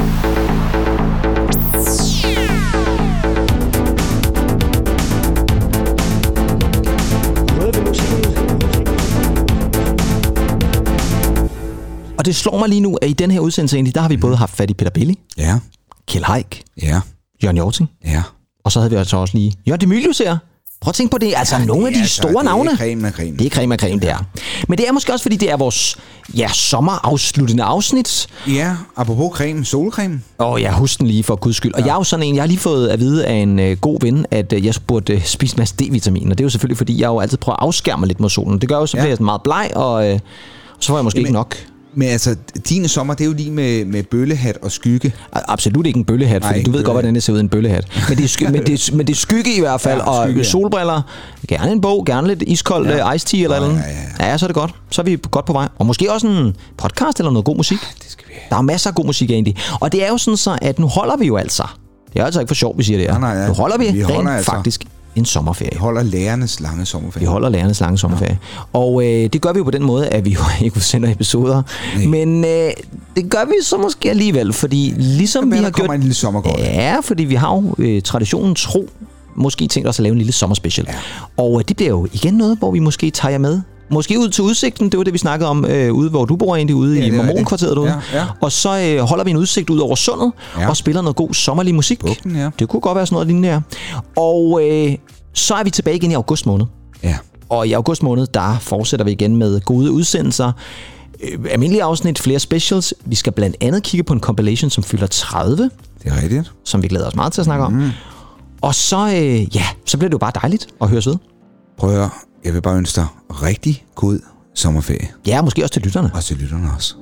Og det slår mig lige nu, at i den her udsendelse egentlig, der har vi både haft fat i Peter Belli, ja. Kjeld Haik, ja. Jørgen Hjorting, ja. og så havde vi altså også lige Jørgen de Mylius her. Prøv at tænke på det. Altså, ja, nogle af de altså, store navne. Det er creme af creme. Det er creme af creme, det er. Men det er måske også, fordi det er vores ja, sommerafsluttende afsnit. Ja, apropos creme, solcreme. Åh oh, ja, husk den lige for guds skyld. Og ja. jeg er jo sådan en, jeg har lige fået at vide af en uh, god ven, at uh, jeg burde uh, spise en masse D-vitamin. Og det er jo selvfølgelig, fordi jeg jo altid prøver at afskærme mig lidt mod solen. Det gør jo, så bliver ja. jeg meget bleg, og uh, så får jeg måske Jamen, ikke nok. Men altså, din sommer, det er jo lige med, med bøllehat og skygge. Absolut ikke en bøllehat, fordi du ved godt, hvordan det ser ud en bøllehat. Men det er, sky- men det er, men det er skygge i hvert fald, ja, skygge, og solbriller. Gerne en bog, gerne lidt iskold ja. ice tea eller noget. Ja, ja, ja. ja, så er det godt. Så er vi godt på vej. Og måske også en podcast eller noget god musik. Ja, det skal vi have. Der er masser af god musik egentlig. Og det er jo sådan så, at nu holder vi jo altså. Det er altså ikke for sjov, vi siger det her. Nej, nej, ja. Nu holder vi, vi holder altså. faktisk en sommerferie. Vi holder lærernes lange sommerferie. Vi holder lærernes lange sommerferie. Ja. Og øh, det gør vi jo på den måde, at vi jo ikke udsender episoder. Nej. Men øh, det gør vi så måske alligevel, fordi ligesom vi har gjort... en lille sommergård. Ja, fordi vi har jo øh, traditionen tro, måske tænkt os at lave en lille sommerspecial. Ja. Og øh, det bliver jo igen noget, hvor vi måske tager jer med. Måske ud til udsigten, det var det, vi snakkede om, øh, ude hvor du bor egentlig, ude ja, i Mormonkvarteret derude. Ja, ja. Og så øh, holder vi en udsigt ud over sundet, ja. og spiller noget god sommerlig musik. Bugten, ja. Det kunne godt være sådan noget lignende her. Og øh, så er vi tilbage igen i august måned. Ja. Og i august måned, der fortsætter vi igen med gode udsendelser. Øh, almindelige afsnit, flere specials. Vi skal blandt andet kigge på en compilation, som fylder tredive. Det er rigtigt. Som vi glæder os meget til at snakke mm. om. Og så, øh, ja, så bliver det jo bare dejligt at høre ved. Prøv at høre. Jeg vil bare ønske dig rigtig god sommerferie. Ja, måske også til lytterne. Og til lytterne også.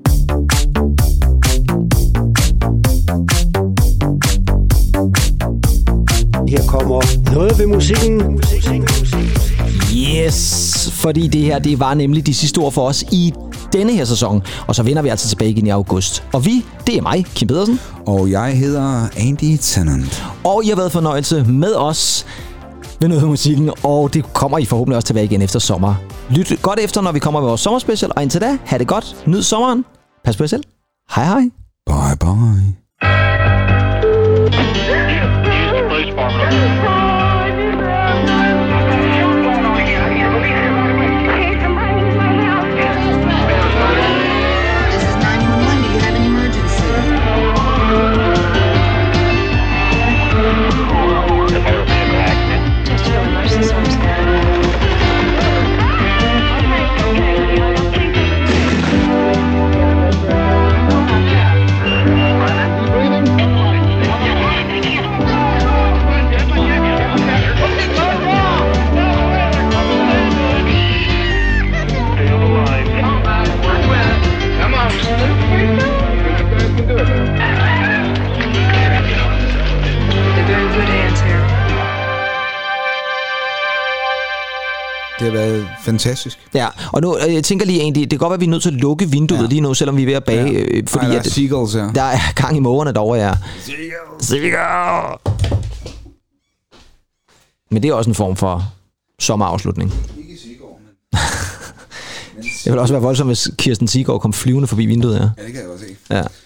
Her kommer noget ved musikken. Yes, fordi det her, det var nemlig de sidste ord for os i denne her sæson. Og så vender vi altså tilbage igen i august. Og vi, det er mig, Kim Pedersen. Og jeg hedder Andy Tennant. Og I har været fornøjelse med os ved noget af musikken, og det kommer I forhåbentlig også tilbage igen efter sommer. Lyt godt efter, når vi kommer med vores sommerspecial, og indtil da, ha' det godt, nyd sommeren, pas på jer selv, hej hej. Bye bye. Det har været fantastisk. Ja, og nu jeg tænker lige egentlig, det kan godt være, at vi er nødt til at lukke vinduet ja. lige nu, selvom vi er ved at bage. Ja. Øh, fordi Ej, der er at, seagulls, ja. Der er gang i mågerne derovre, ja. Seagulls! Seagulls! Men det er også en form for sommerafslutning. Ikke seagulls, men... Det ville også være voldsomt, hvis Kirsten Seagaard kom flyvende forbi vinduet, ja. Ja, det kan jeg også se. Ja.